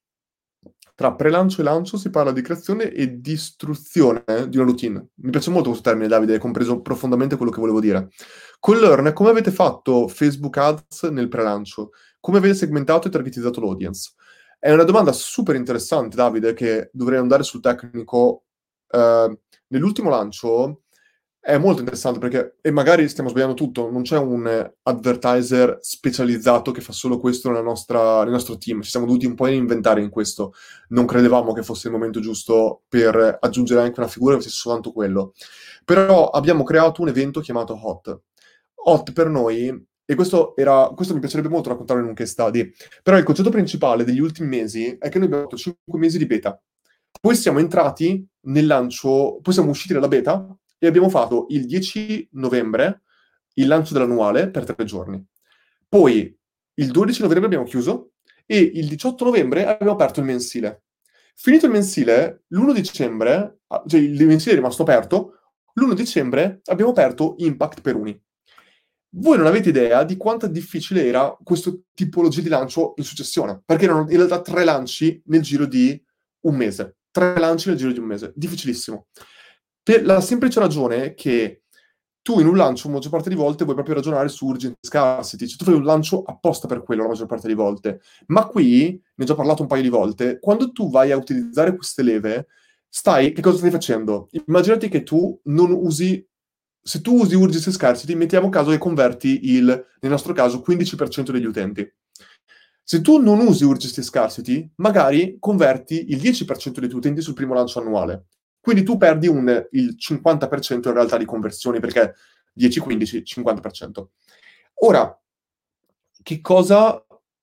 Tra prelancio e lancio si parla di creazione e distruzione di una routine. Mi piace molto questo termine, Davide, hai compreso profondamente quello che volevo dire. Con Learn, come avete fatto Facebook Ads nel prelancio? Come avete segmentato e targetizzato l'audience? È una domanda super interessante, Davide, che dovrei andare sul tecnico. Nell'ultimo lancio è molto interessante perché, e magari stiamo sbagliando tutto, non c'è un advertiser specializzato che fa solo questo nel nostro team. Ci siamo dovuti un po' inventare in questo. Non credevamo che fosse il momento giusto per aggiungere anche una figura che fosse soltanto quello. Però abbiamo creato un evento chiamato Hot. Hot per noi, e questo mi piacerebbe molto raccontarlo in un case study, però il concetto principale degli ultimi mesi è che noi abbiamo fatto 5 mesi di beta. Poi siamo entrati nel lancio, poi siamo usciti dalla beta e abbiamo fatto il 10 novembre il lancio dell'annuale per 3 giorni. Poi il 12 novembre abbiamo chiuso e il 18 novembre abbiamo aperto il mensile. Finito il mensile, l'1 dicembre, cioè il mensile è rimasto aperto, l'1 dicembre abbiamo aperto Impact per Uni. Voi non avete idea di quanto difficile era questa tipologia di lancio in successione, perché erano in realtà 3 lanci nel giro di un mese. 3 lanci nel giro di un mese. Difficilissimo. Per la semplice ragione che tu in un lancio, la maggior parte di volte, vuoi proprio ragionare su urgent scarcity. Cioè, tu fai un lancio apposta per quello la maggior parte di volte. Ma qui, ne ho già parlato un paio di volte, quando tu vai a utilizzare queste leve, che cosa stai facendo? Immaginati che tu non usi se tu usi Urgency Scarcity, mettiamo caso che converti nel nostro caso, 15% degli utenti. Se tu non usi Urgency Scarcity, magari converti il 10% dei tuoi utenti sul primo lancio annuale. Quindi tu perdi il 50% in realtà di conversioni, perché 10-15, 50%. Ora, che cosa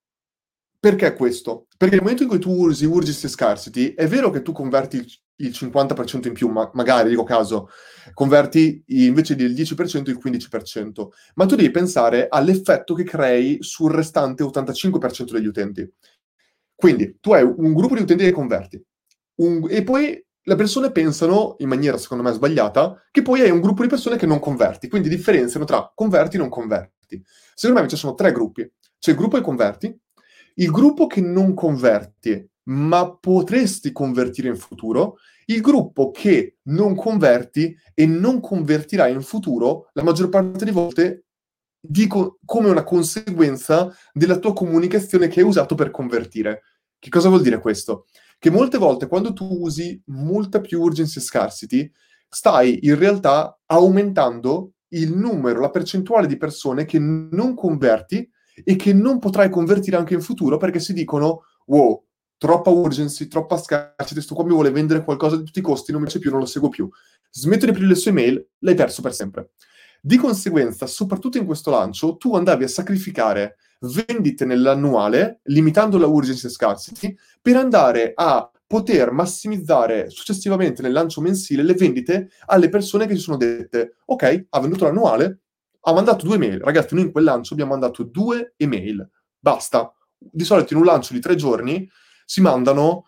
perché questo? Perché nel momento in cui tu usi Urgency Scarcity, è vero che tu converti il 50% in più, magari, dico caso, converti invece del 10% il 15%, ma tu devi pensare all'effetto che crei sul restante 85% degli utenti. Quindi tu hai un gruppo di utenti che converti, e poi le persone pensano, in maniera secondo me sbagliata, che poi hai un gruppo di persone che non converti, quindi differenziano tra converti e non converti. Secondo me ci sono tre gruppi. C'è il gruppo che converti, il gruppo che non converti, ma potresti convertire in futuro, il gruppo che non converti e non convertirai in futuro la maggior parte delle volte dico come una conseguenza della tua comunicazione che hai usato per convertire. Che cosa vuol dire questo? Che molte volte quando tu usi molta più urgency e scarcity, stai in realtà aumentando il numero, la percentuale di persone che non converti e che non potrai convertire anche in futuro perché si dicono: wow, troppa urgency, troppa scarcity, questo qua mi vuole vendere qualcosa di tutti i costi, non mi c'è più, non lo seguo più. Smetto di aprire le sue mail, l'hai perso per sempre. Di conseguenza, soprattutto in questo lancio, tu andavi a sacrificare vendite nell'annuale, limitando la urgency e scarcity, per andare a poter massimizzare successivamente nel lancio mensile le vendite alle persone che si sono dette: ok, ha venduto l'annuale, ha mandato 2 mail. Ragazzi, noi in quel lancio abbiamo mandato 2 email. Basta. Di solito in un lancio di 3 giorni si mandano,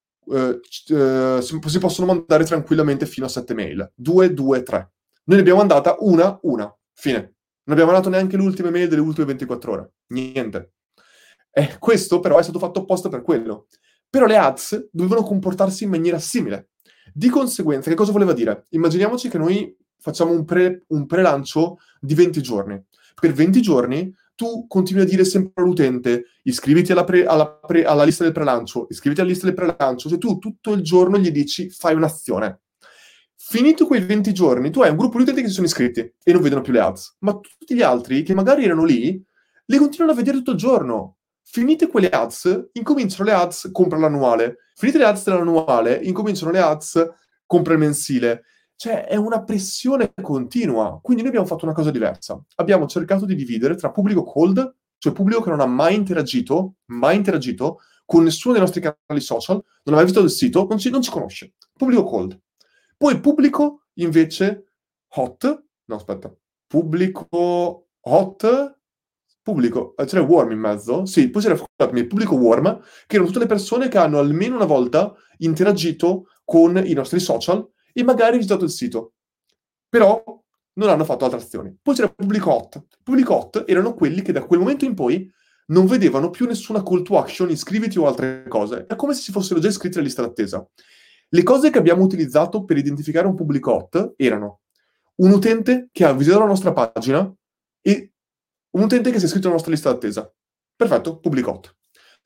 si possono mandare tranquillamente fino a 7 mail. 2, 2, 3. Noi ne abbiamo mandata una. Fine. Non abbiamo mandato neanche le ultime mail delle ultime 24 ore. Niente. Questo però è stato fatto apposta per quello. Però le ads dovevano comportarsi in maniera simile. Di conseguenza, che cosa voleva dire? Immaginiamoci che noi facciamo un pre-lancio di 20 giorni. Per 20 giorni tu continui a dire sempre all'utente: iscriviti alla lista del pre-lancio, iscriviti alla lista del pre-lancio, cioè tu tutto il giorno gli dici fai un'azione. Finito quei 20 giorni, tu hai un gruppo di utenti che si sono iscritti e non vedono più le ads, ma tutti gli altri che magari erano lì, le continuano a vedere tutto il giorno. Finite quelle ads, incominciano le ads, compra l'annuale. Finite le ads dell'annuale, incominciano le ads, compra il mensile. Cioè, è una pressione continua. Quindi noi abbiamo fatto una cosa diversa. Abbiamo cercato di dividere tra pubblico cold, cioè pubblico che non ha mai interagito con nessuno dei nostri canali social, non ha mai visto il sito, non ci conosce. Pubblico cold. Poi pubblico invece hot, no aspetta, pubblico hot, pubblico, c'era warm in mezzo? Sì, poi c'era, scusatemi, il pubblico warm, che erano tutte le persone che hanno almeno una volta interagito con i nostri social e magari visitato il sito, però non hanno fatto altre azioni. Poi c'era pubblico hot. Pubblico hot erano quelli che da quel momento in poi non vedevano più nessuna call to action, iscriviti o altre cose. È come se si fossero già iscritti alla lista d'attesa. Le cose che abbiamo utilizzato per identificare un pubblico hot erano un utente che ha visitato la nostra pagina e un utente che si è iscritto alla nostra lista d'attesa. Perfetto, pubblico hot.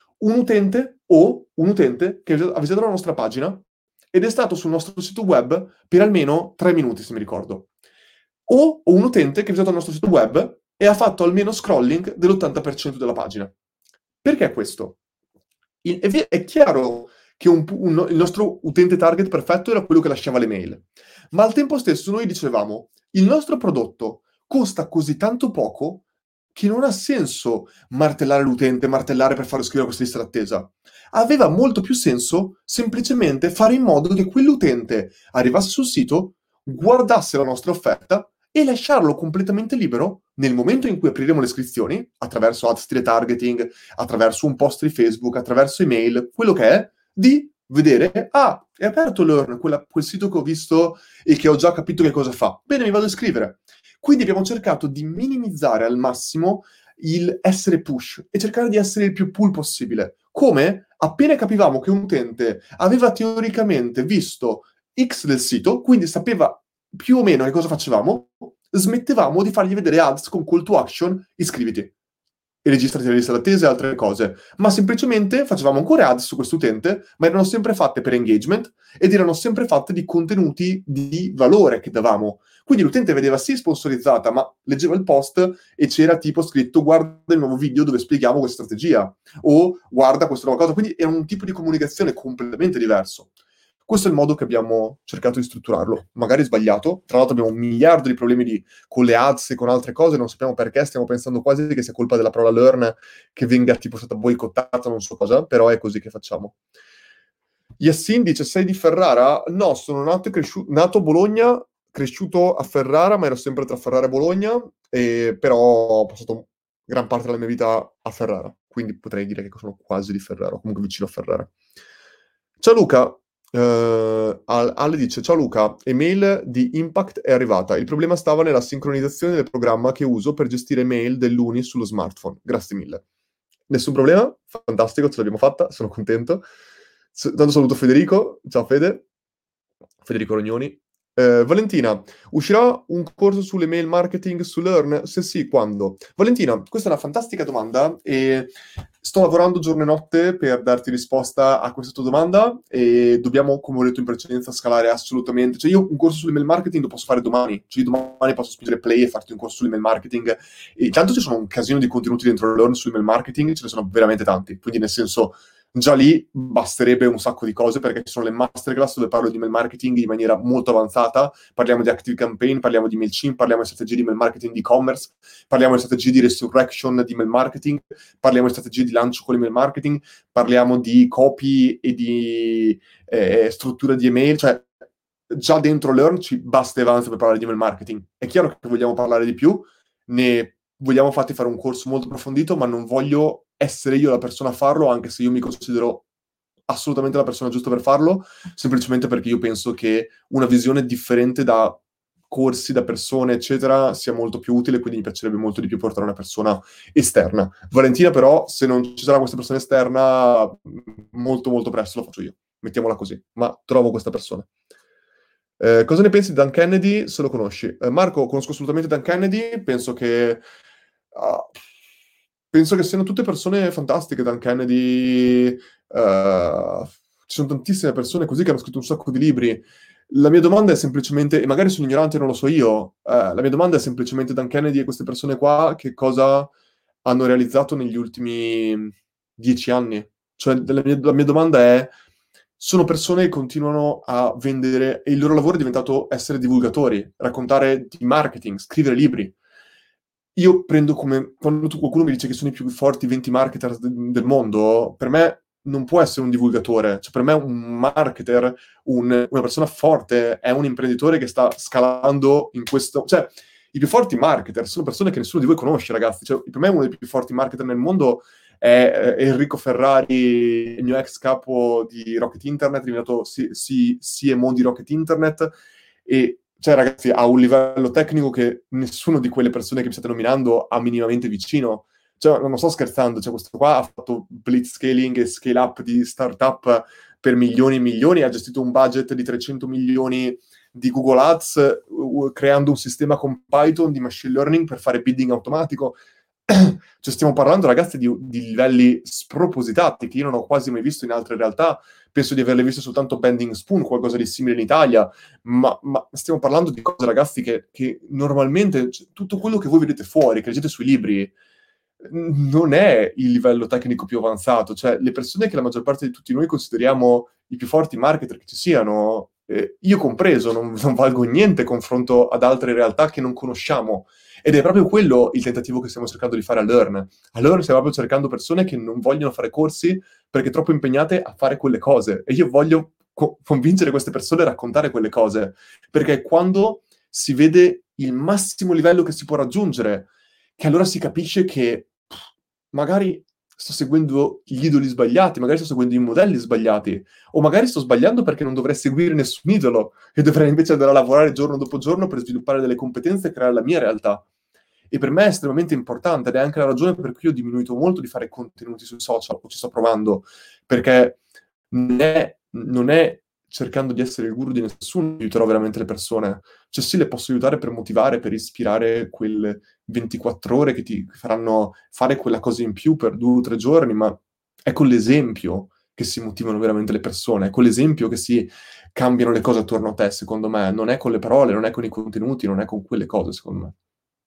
Un utente che ha visitato la nostra pagina ed è stato sul nostro sito web per almeno 3 minuti, se mi ricordo. O un utente che ha visitato il nostro sito web e ha fatto almeno scrolling dell'80% della pagina. Perché questo? È chiaro che il nostro utente target perfetto era quello che lasciava le mail, ma al tempo stesso noi dicevamo: il nostro prodotto costa così tanto poco che non ha senso martellare l'utente, martellare per farlo iscrivere a questa lista d'attesa. Aveva molto più senso semplicemente fare in modo che quell'utente arrivasse sul sito, guardasse la nostra offerta e lasciarlo completamente libero nel momento in cui apriremo le iscrizioni, attraverso ad stile targeting, attraverso un post di Facebook, attraverso email, quello che è, di vedere: ah, è aperto Learn, quel sito che ho visto e che ho già capito che cosa fa. Bene, mi vado a iscrivere. Quindi abbiamo cercato di minimizzare al massimo il essere push e cercare di essere il più pull possibile. Come? Appena capivamo che un utente aveva teoricamente visto X del sito, quindi sapeva più o meno che cosa facevamo, smettevamo di fargli vedere ads con call to action: iscriviti e registrati alla lista d'attesa e altre cose, ma semplicemente facevamo ancora ads su questo utente, ma erano sempre fatte per engagement ed erano sempre fatte di contenuti di valore che davamo. Quindi l'utente vedeva sì sponsorizzata, ma leggeva il post e c'era tipo scritto: guarda il nuovo video dove spieghiamo questa strategia, o guarda questa nuova cosa. Quindi era un tipo di comunicazione completamente diverso. Questo è il modo che abbiamo cercato di strutturarlo, magari sbagliato. Tra l'altro abbiamo un miliardo di problemi con le ads e con altre cose, non sappiamo perché, stiamo pensando quasi che sia colpa della parola learn che venga tipo stata boicottata, non so cosa, però è così che facciamo. Yassin dice: sei di Ferrara? No, sono nato a Bologna, cresciuto a Ferrara, ma ero sempre tra Ferrara e Bologna, però ho passato gran parte della mia vita a Ferrara. quindi potrei dire che sono quasi di Ferrara, o comunque vicino a Ferrara. Ciao Luca, Ale dice, ciao Luca, email di Impact è arrivata. Il problema stava nella sincronizzazione del programma che uso per gestire mail dell'Uni sullo smartphone. Grazie mille. Nessun problema, fantastico, ce l'abbiamo fatta, sono contento. Tanto saluto Federico, ciao Fede, Federico Rognoni. Valentina, uscirà un corso sull'email marketing su Learn? Se sì, quando? Valentina, questa è una fantastica domanda e sto lavorando giorno e notte per darti risposta a questa tua domanda e dobbiamo, come ho detto in precedenza, scalare assolutamente. Cioè io un corso sull'email marketing lo posso fare domani, cioè io domani posso spingere play e farti un corso sull'email marketing e tanto ci sono un casino di contenuti dentro Learn sull'email marketing, ce ne sono veramente tanti, quindi nel senso già lì basterebbe un sacco di cose perché ci sono le masterclass dove parlo di email marketing in maniera molto avanzata, parliamo di Active Campaign, parliamo di MailChimp, parliamo di strategie di email marketing di e-commerce, parliamo di strategie di resurrection di email marketing, parliamo di strategie di lancio con l'email marketing, parliamo di copy e di struttura di email, cioè già dentro Learn ci basta e avanza per parlare di email marketing. È chiaro che vogliamo parlare di più, ne vogliamo farti fare un corso molto approfondito, ma non voglio essere io la persona a farlo, anche se io mi considero assolutamente la persona giusta per farlo, semplicemente perché io penso che una visione differente da corsi, da persone, eccetera, sia molto più utile, quindi mi piacerebbe molto di più portare una persona esterna. Valentina, però, se non ci sarà questa persona esterna, molto molto presto lo faccio io. Mettiamola così, ma trovo questa persona. Cosa ne pensi di Dan Kennedy, se lo conosci? Marco, conosco assolutamente Dan Kennedy, ah, penso che siano tutte persone fantastiche. Dan Kennedy, ci sono tantissime persone così che hanno scritto un sacco di libri. La mia domanda è semplicemente, e magari sono ignorante e non lo so io, la mia domanda è semplicemente Dan Kennedy e queste persone qua che cosa hanno realizzato negli ultimi 10 anni? Cioè, la mia domanda è, sono persone che continuano a vendere e il loro lavoro è diventato essere divulgatori, raccontare di marketing, scrivere libri. Io prendo come, quando qualcuno mi dice che sono i più forti 20 marketer del mondo, per me non può essere un divulgatore, cioè per me un marketer, una persona forte, è un imprenditore che sta scalando in questo. Cioè, i più forti marketer sono persone che nessuno di voi conosce, ragazzi. Cioè, per me uno dei più forti marketer nel mondo è Enrico Ferrari, il mio ex capo di Rocket Internet, diventato CMO di Rocket Internet, e cioè ragazzi ha un livello tecnico che nessuno di quelle persone che mi state nominando ha minimamente vicino. Cioè, non sto scherzando, cioè, questo qua ha fatto blitzscaling e scale up di startup per milioni e milioni, ha gestito un budget di 300 milioni di Google Ads, creando un sistema con Python di machine learning per fare bidding automatico. Cioè, stiamo parlando, ragazzi, di livelli spropositati che io non ho quasi mai visto in altre realtà. Penso di averle viste soltanto Bending Spoon, qualcosa di simile in Italia, ma stiamo parlando di cose, ragazzi, che normalmente cioè, tutto quello che voi vedete fuori, che leggete sui libri, non è il livello tecnico più avanzato. Cioè, le persone che la maggior parte di tutti noi consideriamo i più forti marketer che ci siano, io compreso, non valgo niente confronto ad altre realtà che non conosciamo. Ed è proprio quello il tentativo che stiamo cercando di fare a Learn. A Learn stiamo proprio cercando persone che non vogliono fare corsi perché troppo impegnate a fare quelle cose. E io voglio convincere queste persone a raccontare quelle cose. Perché quando si vede il massimo livello che si può raggiungere, che allora si capisce che magari sto seguendo gli idoli sbagliati, magari sto seguendo i modelli sbagliati, o magari sto sbagliando perché non dovrei seguire nessun idolo e dovrei invece andare a lavorare giorno dopo giorno per sviluppare delle competenze e creare la mia realtà. E per me è estremamente importante ed è anche la ragione per cui ho diminuito molto di fare contenuti sui social, o ci sto provando, perché non è cercando di essere il guru di nessuno che aiuterò veramente le persone. Cioè sì, le posso aiutare per motivare, per ispirare quelle 24 ore che ti faranno fare quella cosa in più per 2 o 3 giorni, ma è con l'esempio che si motivano veramente le persone, è con l'esempio che si cambiano le cose attorno a te, secondo me. Non è con le parole, non è con i contenuti, non è con quelle cose, secondo me.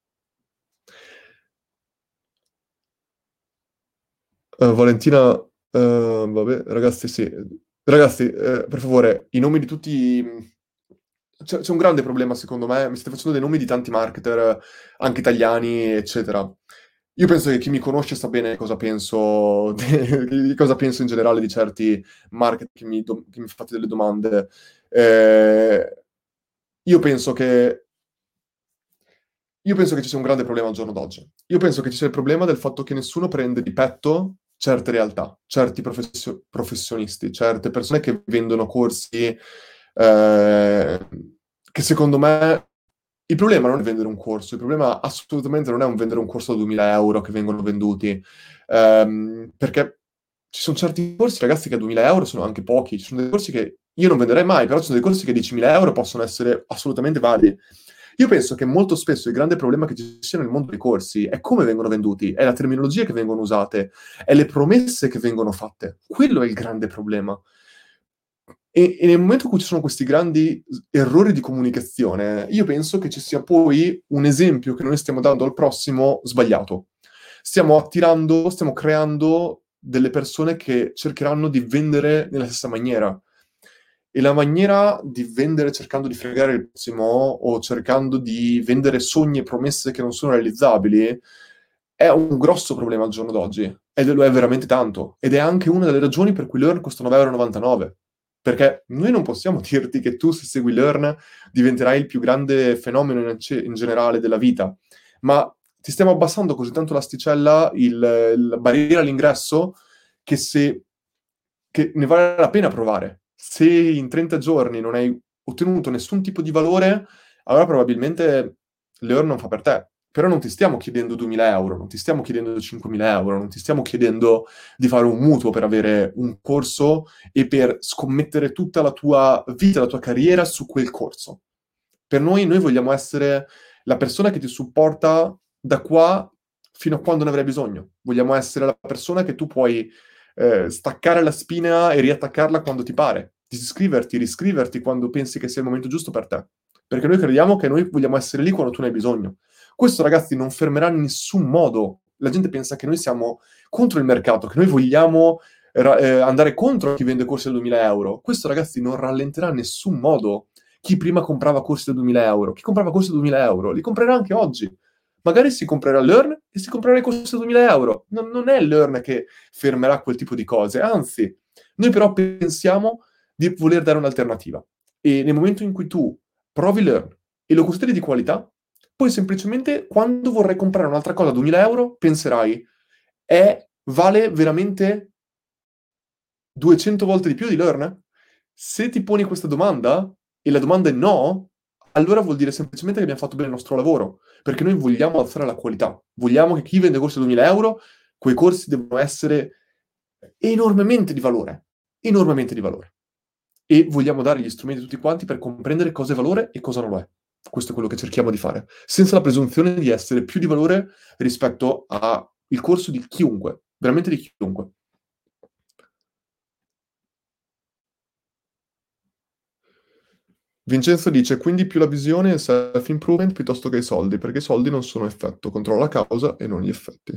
Valentina, vabbè, ragazzi, sì. Ragazzi, per favore, i nomi di tutti. C'è un grande problema, secondo me. Mi state facendo dei nomi di tanti marketer, anche italiani, eccetera. Io penso che chi mi conosce sa bene cosa penso, di cosa penso in generale di certi marketer che mi fate delle domande. Io penso che io penso che ci sia un grande problema al giorno d'oggi. Io penso che ci sia il problema del fatto che nessuno prende di petto certe realtà, certi professionisti, certe persone che vendono corsi, che secondo me il problema non è vendere un corso, il problema assolutamente non è un vendere un corso a 2000 euro che vengono venduti, perché ci sono certi corsi, ragazzi, che a 2000 euro sono anche pochi, ci sono dei corsi che io non venderei mai, però ci sono dei corsi che a 10.000 euro possono essere assolutamente validi. Io penso che molto spesso il grande problema che ci sia nel mondo dei corsi è come vengono venduti, è la terminologia che vengono usate, è le promesse che vengono fatte. Quello è il grande problema. E nel momento in cui ci sono questi grandi errori di comunicazione, io penso che ci sia poi un esempio che noi stiamo dando al prossimo sbagliato. Stiamo attirando, stiamo creando delle persone che cercheranno di vendere nella stessa maniera. E la maniera di vendere cercando di fregare il prossimo o cercando di vendere sogni e promesse che non sono realizzabili è un grosso problema al giorno d'oggi. Ed lo è veramente tanto. Ed è anche una delle ragioni per cui Learn costa 9,99 €. Perché noi non possiamo dirti che tu, se segui Learn, diventerai il più grande fenomeno in generale della vita, ma ti stiamo abbassando così tanto l'asticella, la barriera all'ingresso, che se che ne vale la pena provare. Se in 30 giorni non hai ottenuto nessun tipo di valore, allora probabilmente l'Earn non fa per te. Però non ti stiamo chiedendo 2000 euro, non ti stiamo chiedendo 5000 euro, non ti stiamo chiedendo di fare un mutuo per avere un corso e per scommettere tutta la tua vita, la tua carriera su quel corso. Per noi vogliamo essere la persona che ti supporta da qua fino a quando ne avrai bisogno. Vogliamo essere la persona che tu puoi staccare la spina e riattaccarla quando ti pare, disiscriverti, riscriverti quando pensi che sia il momento giusto per te. Perché noi crediamo che noi vogliamo essere lì quando tu ne hai bisogno. Questo, ragazzi, non fermerà in nessun modo. La gente pensa che noi siamo contro il mercato, che noi vogliamo andare contro chi vende corsi da 2000 euro. Questo, ragazzi, non rallenterà in nessun modo chi prima comprava corsi da 2000 euro. Chi comprava corsi da 2000 euro li comprerà anche oggi. Magari si comprerà Learn e si comprerà i corsi da 2000 euro. Non è Learn che fermerà quel tipo di cose, anzi, noi però pensiamo di voler dare un'alternativa. E nel momento in cui tu provi Learn e lo consideri di qualità, poi semplicemente quando vorrai comprare un'altra cosa a 2000 euro, penserai, vale veramente 200 volte di più di Learn? Se ti poni questa domanda e la domanda è no, allora vuol dire semplicemente che abbiamo fatto bene il nostro lavoro, perché noi vogliamo alzare la qualità. Vogliamo che chi vende corsi a 2000 euro, quei corsi devono essere enormemente di valore, enormemente di valore. E vogliamo dare gli strumenti a tutti quanti per comprendere cosa è valore e cosa non lo è. Questo è quello che cerchiamo di fare, senza la presunzione di essere più di valore rispetto al corso di chiunque, veramente di chiunque. Vincenzo dice: quindi più la visione e il self-improvement piuttosto che i soldi, perché i soldi non sono effetto, controlla la causa e non gli effetti.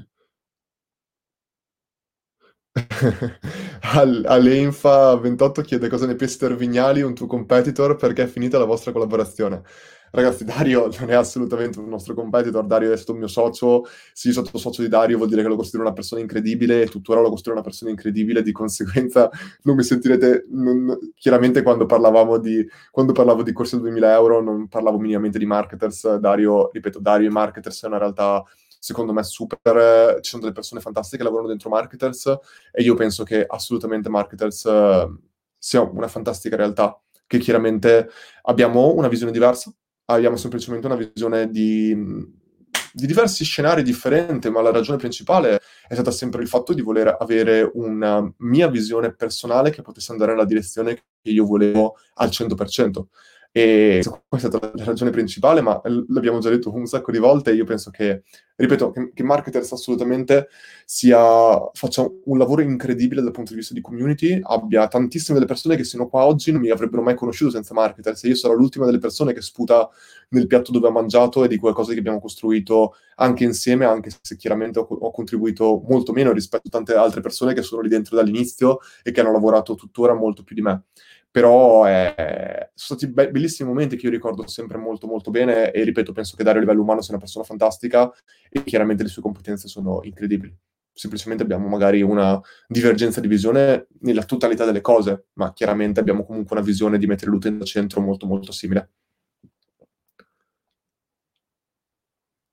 Aleinfa28 chiede cosa ne pensi di Vignali, un tuo competitor, perché è finita la vostra collaborazione. Ragazzi, Dario non è assolutamente un nostro competitor, Dario è stato un mio socio, sì, sotto socio di Dario vuol dire che lo considero una persona incredibile e tuttora lo considero una persona incredibile, di conseguenza non mi sentirete, chiaramente quando parlavo di corsi da 2000 euro non parlavo minimamente di marketers, Dario, ripeto, Dario e marketers è una realtà secondo me super, ci sono delle persone fantastiche che lavorano dentro marketers e io penso che assolutamente Marketers sia una fantastica realtà, che chiaramente abbiamo una visione diversa, abbiamo semplicemente una visione di diversi scenari differenti, ma la ragione principale è stata sempre il fatto di voler avere una mia visione personale che potesse andare nella direzione che io volevo al 100%. E questa è stata la ragione principale, ma l'abbiamo già detto un sacco di volte. Io penso che, ripeto, che Marketers assolutamente faccia un lavoro incredibile dal punto di vista di community, abbia tantissime delle persone che sono qua oggi non mi avrebbero mai conosciuto senza Marketers. E io sarò l'ultima delle persone che sputa nel piatto dove ha mangiato e di qualcosa che abbiamo costruito anche insieme, anche se chiaramente ho contribuito molto meno rispetto a tante altre persone che sono lì dentro dall'inizio e che hanno lavorato tuttora molto più di me. Però sono stati bellissimi momenti che io ricordo sempre molto molto bene e ripeto, penso che Dario a livello umano sia una persona fantastica e chiaramente le sue competenze sono incredibili. Semplicemente abbiamo magari una divergenza di visione nella totalità delle cose, ma chiaramente abbiamo comunque una visione di mettere l'utente al centro molto molto simile.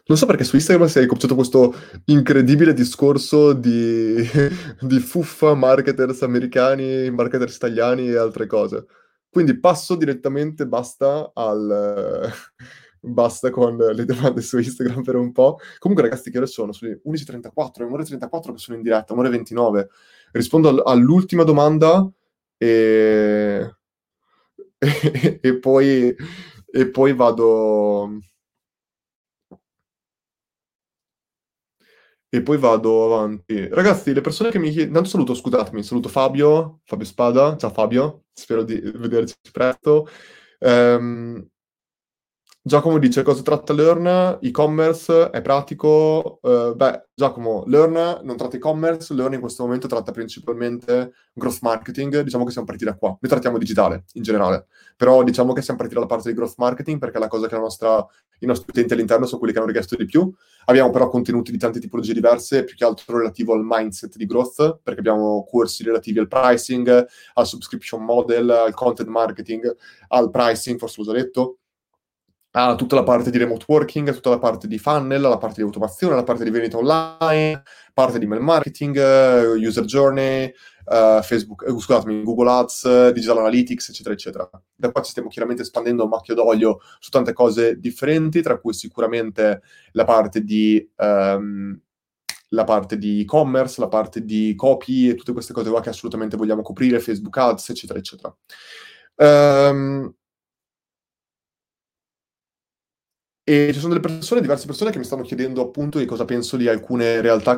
Non so perché su Instagram si è cominciato questo incredibile discorso di, di fuffa, marketers americani, marketers italiani e altre cose. Quindi passo direttamente, basta con le domande su Instagram per un po'. Comunque ragazzi, che ore sono? Sono le 11:34, è un'ora e 34 che sono in diretta, un'ora e 29. Rispondo all'ultima domanda e... e poi, e poi vado... E poi vado avanti. Ragazzi, le persone che mi chiedono... Intanto saluto, scusatemi, saluto Fabio, Fabio Spada. Ciao Fabio, spero di vederci presto. Ehm, Giacomo dice cosa tratta Learn, e-commerce, è pratico. Beh, Giacomo, Learn non tratta e-commerce, Learn in questo momento tratta principalmente growth marketing, diciamo che siamo partiti da qua. Noi trattiamo digitale in generale, però diciamo che siamo partiti dalla parte di growth marketing perché è la cosa che i nostri utenti all'interno sono quelli che hanno richiesto di più. Abbiamo però contenuti di tante tipologie diverse, più che altro relativo al mindset di growth, perché abbiamo corsi relativi al pricing, al subscription model, al content marketing, al pricing, forse l'ho già detto, ha tutta la parte di remote working, tutta la parte di funnel, la parte di automazione, la parte di vendita online, parte di mail marketing, user journey, Facebook, scusatemi, Google Ads, Digital Analytics, eccetera, eccetera. Da qua ci stiamo chiaramente espandendo a macchio d'olio su tante cose differenti, tra cui sicuramente la parte di e-commerce, la parte di copy e tutte queste cose qua che assolutamente vogliamo coprire, Facebook Ads, eccetera, eccetera. E ci sono diverse persone che mi stanno chiedendo appunto di cosa penso di alcune realtà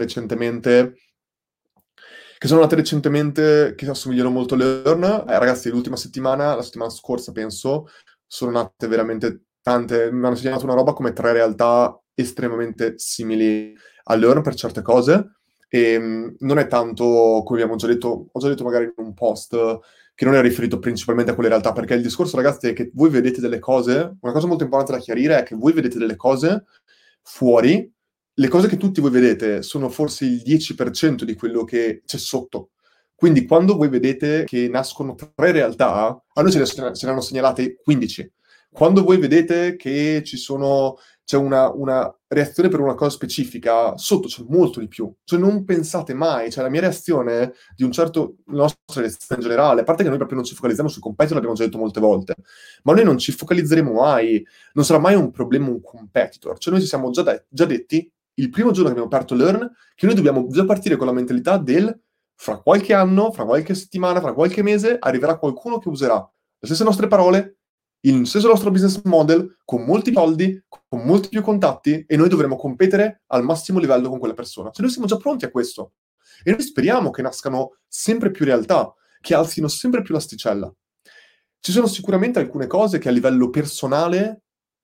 che assomigliano molto a Learn. Ragazzi, la settimana scorsa penso, sono nate veramente tante, mi hanno segnalato una roba come 3 realtà estremamente simili a Learn per certe cose. E non è tanto, come abbiamo già detto, ho già detto magari in un post, che non è riferito principalmente a quelle realtà, perché il discorso, ragazzi, è che voi vedete delle cose, una cosa molto importante da chiarire è che voi vedete delle cose fuori, le cose che tutti voi vedete sono forse il 10% di quello che c'è sotto. Quindi quando voi vedete che nascono 3 realtà, a noi ce ne hanno segnalate 15. Quando voi vedete che c'è una reazione per una cosa specifica, sotto c'è molto di più. Cioè non pensate mai, cioè la mia reazione di un certo, la nostra reazione in generale, a parte che noi proprio non ci focalizziamo sui competitor, l'abbiamo già detto molte volte, ma noi non ci focalizzeremo mai, non sarà mai un problema un competitor. Cioè noi ci siamo già detti, il primo giorno che abbiamo aperto Learn, che noi dobbiamo già partire con la mentalità del fra qualche anno, fra qualche settimana, fra qualche mese, arriverà qualcuno che userà le stesse nostre parole, il stesso nostro business model, con molti soldi, con molti più contatti, e noi dovremo competere al massimo livello con quella persona. Cioè noi siamo già pronti a questo. E noi speriamo che nascano sempre più realtà, che alzino sempre più l'asticella. Ci sono sicuramente alcune cose che a livello personale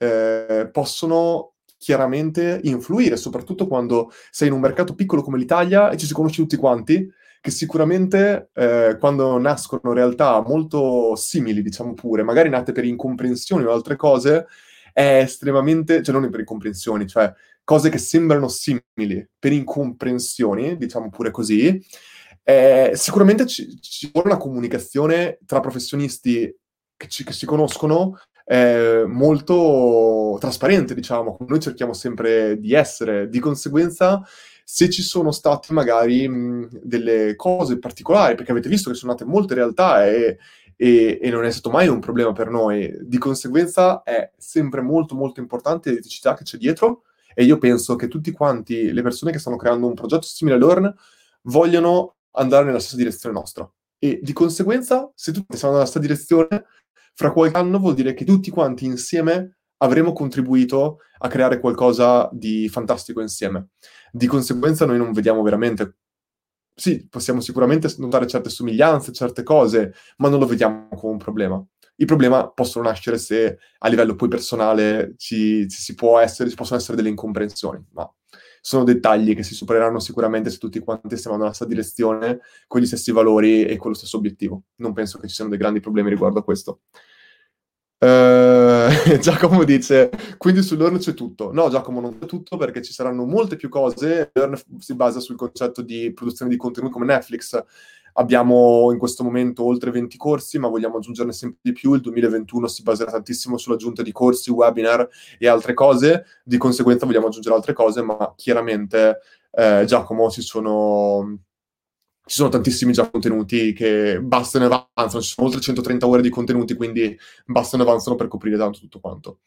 possono chiaramente influire, soprattutto quando sei in un mercato piccolo come l'Italia e ci si conosce tutti quanti, che sicuramente quando nascono realtà molto simili, diciamo pure, magari nate per incomprensioni o altre cose, è estremamente, cioè non per incomprensioni, cioè cose che sembrano simili per incomprensioni, diciamo pure così, sicuramente ci vuole una comunicazione tra professionisti che si conoscono molto trasparente, diciamo, come noi cerchiamo sempre di essere. Di conseguenza, se ci sono state magari delle cose particolari, perché avete visto che sono nate molte realtà e non è stato mai un problema per noi, di conseguenza è sempre molto molto importante l'eticità che c'è dietro e io penso che tutti quanti le persone che stanno creando un progetto simile a Learn vogliono andare nella stessa direzione nostra. E di conseguenza, se tutti stiamo nella stessa direzione, fra qualche anno vuol dire che tutti quanti insieme avremo contribuito a creare qualcosa di fantastico insieme. Di conseguenza noi non vediamo veramente... Sì, possiamo sicuramente notare certe somiglianze, certe cose, ma non lo vediamo come un problema. I problemi possono nascere se a livello poi personale ci possono essere delle incomprensioni, ma sono dettagli che si supereranno sicuramente se tutti quanti stiamo nella stessa direzione, con gli stessi valori e con lo stesso obiettivo. Non penso che ci siano dei grandi problemi riguardo a questo. Giacomo dice, quindi su Learn c'è tutto. No, Giacomo, non c'è tutto perché ci saranno molte più cose. Learn si basa sul concetto di produzione di contenuti come Netflix. Abbiamo in questo momento oltre 20 corsi, ma vogliamo aggiungerne sempre di più. Il 2021 si baserà tantissimo sull'aggiunta di corsi, webinar e altre cose, di conseguenza vogliamo aggiungere altre cose, ma chiaramente, Giacomo, ci sono tantissimi già contenuti che bastano e avanzano, ci sono oltre 130 ore di contenuti, quindi bastano e avanzano per coprire tanto tutto quanto.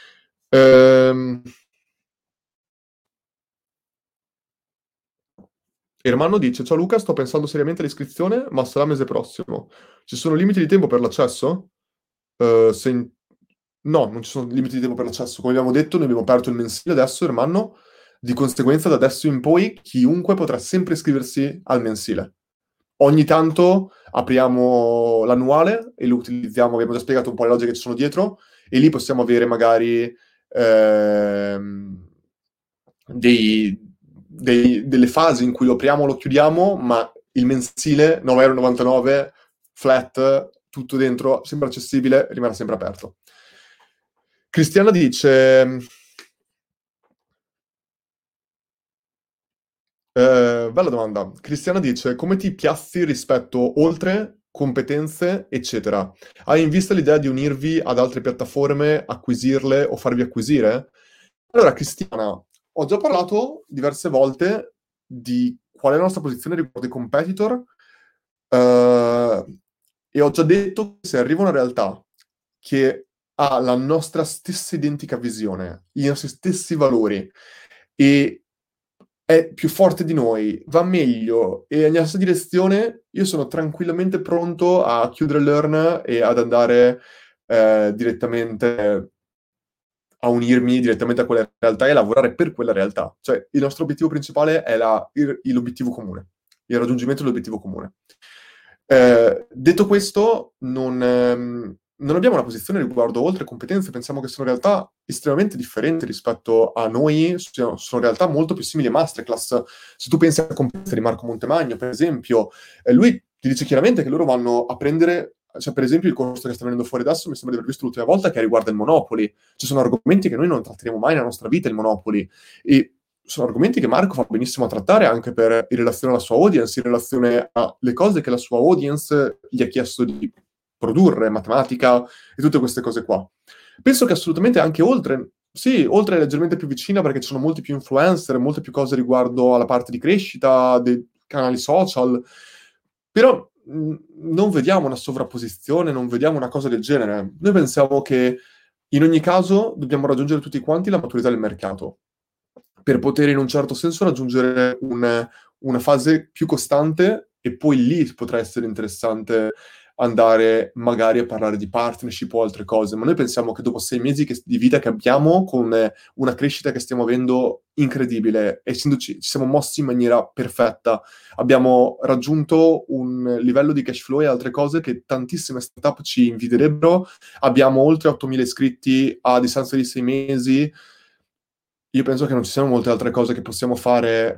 Ermanno dice: Ciao Luca, sto pensando seriamente all'iscrizione, ma sarà mese prossimo. Ci sono limiti di tempo per l'accesso? Se in- No, non ci sono limiti di tempo per l'accesso. Come abbiamo detto, noi abbiamo aperto il mensile adesso, Ermanno, di conseguenza da adesso in poi chiunque potrà sempre iscriversi al mensile. Ogni tanto apriamo l'annuale e lo utilizziamo, abbiamo già spiegato un po' le logiche che ci sono dietro, e lì possiamo avere magari delle fasi in cui lo apriamo o lo chiudiamo, ma il mensile 9,99 € flat, tutto dentro, sempre accessibile, rimarrà sempre aperto. Cristiana dice: bella domanda. Cristiana dice: come ti piazzi rispetto oltre, competenze, eccetera? Hai in vista l'idea di unirvi ad altre piattaforme, acquisirle o farvi acquisire? Allora, Cristiana, ho già parlato diverse volte di qual è la nostra posizione riguardo i competitor, e ho già detto che se arriva una realtà che ha la nostra stessa identica visione, i nostri stessi valori e è più forte di noi, va meglio e nella stessa direzione, io sono tranquillamente pronto a chiudere Learn e ad andare direttamente a unirmi direttamente a quella realtà e a lavorare per quella realtà. Cioè, il nostro obiettivo principale è l'obiettivo comune, il raggiungimento dell'obiettivo comune. Detto questo, non abbiamo una posizione riguardo oltre competenze, pensiamo che sono realtà estremamente differenti rispetto a noi, sono realtà molto più simili a Masterclass. Se tu pensi a competenze di Marco Montemagno, per esempio, lui ti dice chiaramente che loro vanno a prendere, cioè per esempio il corso che sta venendo fuori adesso, mi sembra di aver visto l'ultima volta, che riguarda il Monopoly. Ci sono argomenti che noi non tratteremo mai nella nostra vita, il Monopoly, e sono argomenti che Marco fa benissimo a trattare anche in relazione alla sua audience, in relazione alle cose che la sua audience gli ha chiesto di produrre, matematica e tutte queste cose qua. Penso che assolutamente anche oltre, sì, oltre è leggermente più vicina perché ci sono molti più influencer, molte più cose riguardo alla parte di crescita, dei canali social, però non vediamo una sovrapposizione, non vediamo una cosa del genere. Noi pensiamo che in ogni caso dobbiamo raggiungere tutti quanti la maturità del mercato per poter in un certo senso raggiungere una fase più costante e poi lì potrà essere interessante andare magari a parlare di partnership o altre cose, ma noi pensiamo che dopo 6 mesi di vita che abbiamo, con una crescita che stiamo avendo incredibile, essendoci, ci siamo mossi in maniera perfetta, abbiamo raggiunto un livello di cash flow e altre cose che tantissime startup ci invidierebbero, abbiamo oltre 8.000 iscritti a distanza di 6 mesi. Io penso che non ci siano molte altre cose che possiamo fare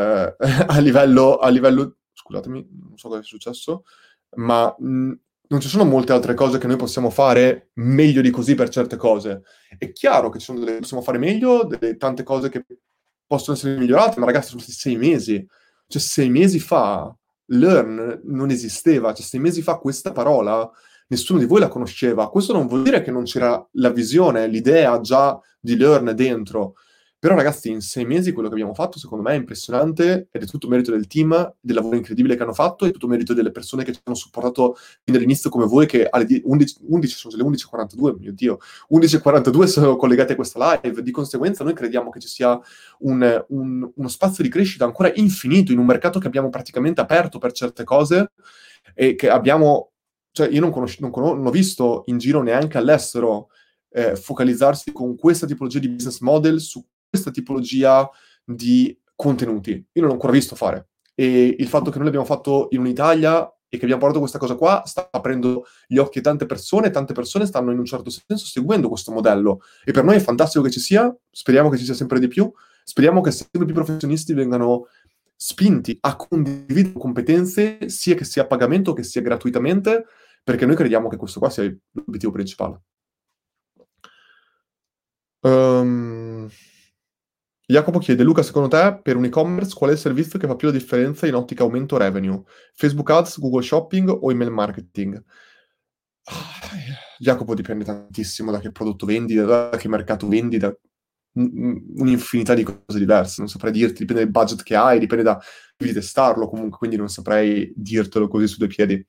a livello. Scusatemi, non so cosa è successo, ma non ci sono molte altre cose che noi possiamo fare meglio di così per certe cose. È chiaro che ci sono possiamo fare meglio, tante cose che possono essere migliorate, ma ragazzi, sono stati 6 mesi. Cioè, 6 mesi fa Learn non esisteva. Cioè, 6 mesi fa questa parola nessuno di voi la conosceva. Questo non vuol dire che non c'era la visione, l'idea già di Learn dentro. Però ragazzi, in 6 mesi quello che abbiamo fatto secondo me è impressionante ed è tutto merito del team, del lavoro incredibile che hanno fatto, è tutto merito delle persone che ci hanno supportato fin dall'inizio come voi che alle 11, sono già le 11:42, mio Dio, 11:42 sono collegati a questa live, di conseguenza noi crediamo che ci sia uno spazio di crescita ancora infinito in un mercato che abbiamo praticamente aperto per certe cose e che abbiamo, cioè io non ho visto in giro neanche all'estero focalizzarsi con questa tipologia di business model su questa tipologia di contenuti. Io non l'ho ancora visto fare. E il fatto che noi l'abbiamo fatto in un'Italia e che abbiamo portato questa cosa qua sta aprendo gli occhi a tante persone stanno in un certo senso seguendo questo modello. E per noi è fantastico che ci sia, speriamo che ci sia sempre di più, speriamo che sempre più professionisti vengano spinti a condividere competenze, sia che sia a pagamento che sia gratuitamente, perché noi crediamo che questo qua sia l'obiettivo principale. Ehm, Jacopo chiede, Luca, secondo te per un e-commerce qual è il servizio che fa più la differenza in ottica aumento revenue? Facebook Ads, Google Shopping o email marketing? Jacopo, dipende tantissimo da che prodotto vendi, da che mercato vendi, da un'infinità di cose diverse. Non saprei dirti, dipende dal budget che hai, dipende da... devi testarlo comunque, quindi non saprei dirtelo così su due piedi.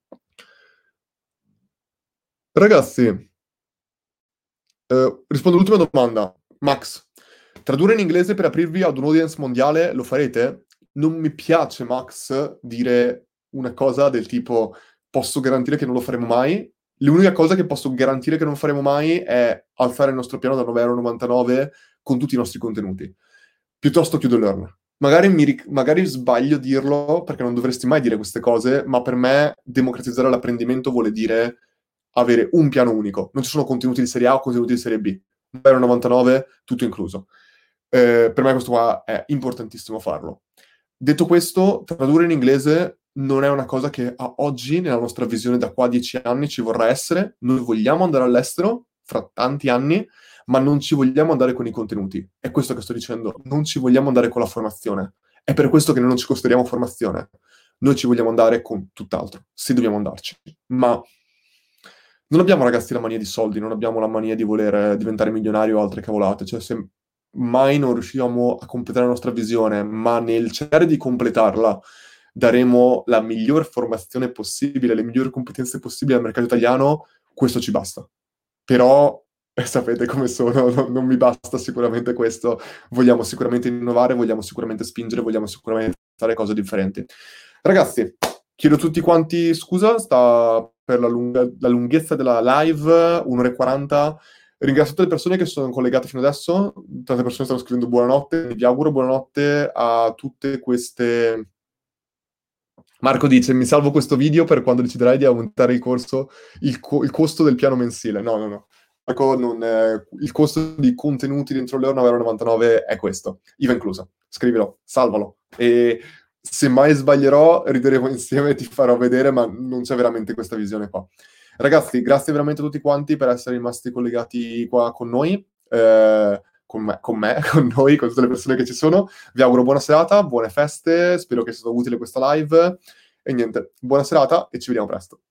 Ragazzi, rispondo all'ultima domanda. Max, tradurre in inglese per aprirvi ad un audience mondiale lo farete? Non mi piace, Max, dire una cosa del tipo posso garantire che non lo faremo mai. L'unica cosa che posso garantire che non faremo mai è alzare il nostro piano da 9,99 € con tutti i nostri contenuti. Piuttosto chiudo Learn. Magari sbaglio a dirlo perché non dovresti mai dire queste cose, ma per me democratizzare l'apprendimento vuole dire avere un piano unico. Non ci sono contenuti di serie A o contenuti di serie B. 9,99 €, tutto incluso. Per me questo qua è importantissimo farlo. Detto questo, tradurre in inglese non è una cosa che a oggi, nella nostra visione da qua a 10 anni, ci vorrà essere. Noi vogliamo andare all'estero fra tanti anni, ma non ci vogliamo andare con i contenuti. È questo che sto dicendo. Non ci vogliamo andare con la formazione. È per questo che noi non ci costruiamo formazione. Noi ci vogliamo andare con tutt'altro, se dobbiamo andarci. Ma non abbiamo, ragazzi, la mania di soldi, non abbiamo la mania di voler diventare milionari o altre cavolate. Cioè, se mai non riusciamo a completare la nostra visione, ma nel cercare di completarla daremo la miglior formazione possibile, le migliori competenze possibili al mercato italiano, questo ci basta. Però sapete come sono, non mi basta sicuramente questo. Vogliamo sicuramente innovare, vogliamo sicuramente spingere, vogliamo sicuramente fare cose differenti. Ragazzi, chiedo a tutti quanti scusa, sta per la lunghezza della live, 1 ora e 40. Ringrazio tutte le persone che sono collegate fino adesso, tante persone stanno scrivendo buonanotte, vi auguro buonanotte a tutte queste... Marco dice, mi salvo questo video per quando deciderai di aumentare il corso, il costo del piano mensile. No, no, no. Marco, il costo di contenuti dentro l'euro 9,99 € è questo, IVA inclusa. Scrivilo, salvalo. E se mai sbaglierò, rideremo insieme e ti farò vedere, ma non c'è veramente questa visione qua. Ragazzi, grazie veramente a tutti quanti per essere rimasti collegati qua con noi, con noi, con tutte le persone che ci sono. Vi auguro buona serata, buone feste, spero che sia stato utile questa live e niente, buona serata e ci vediamo presto.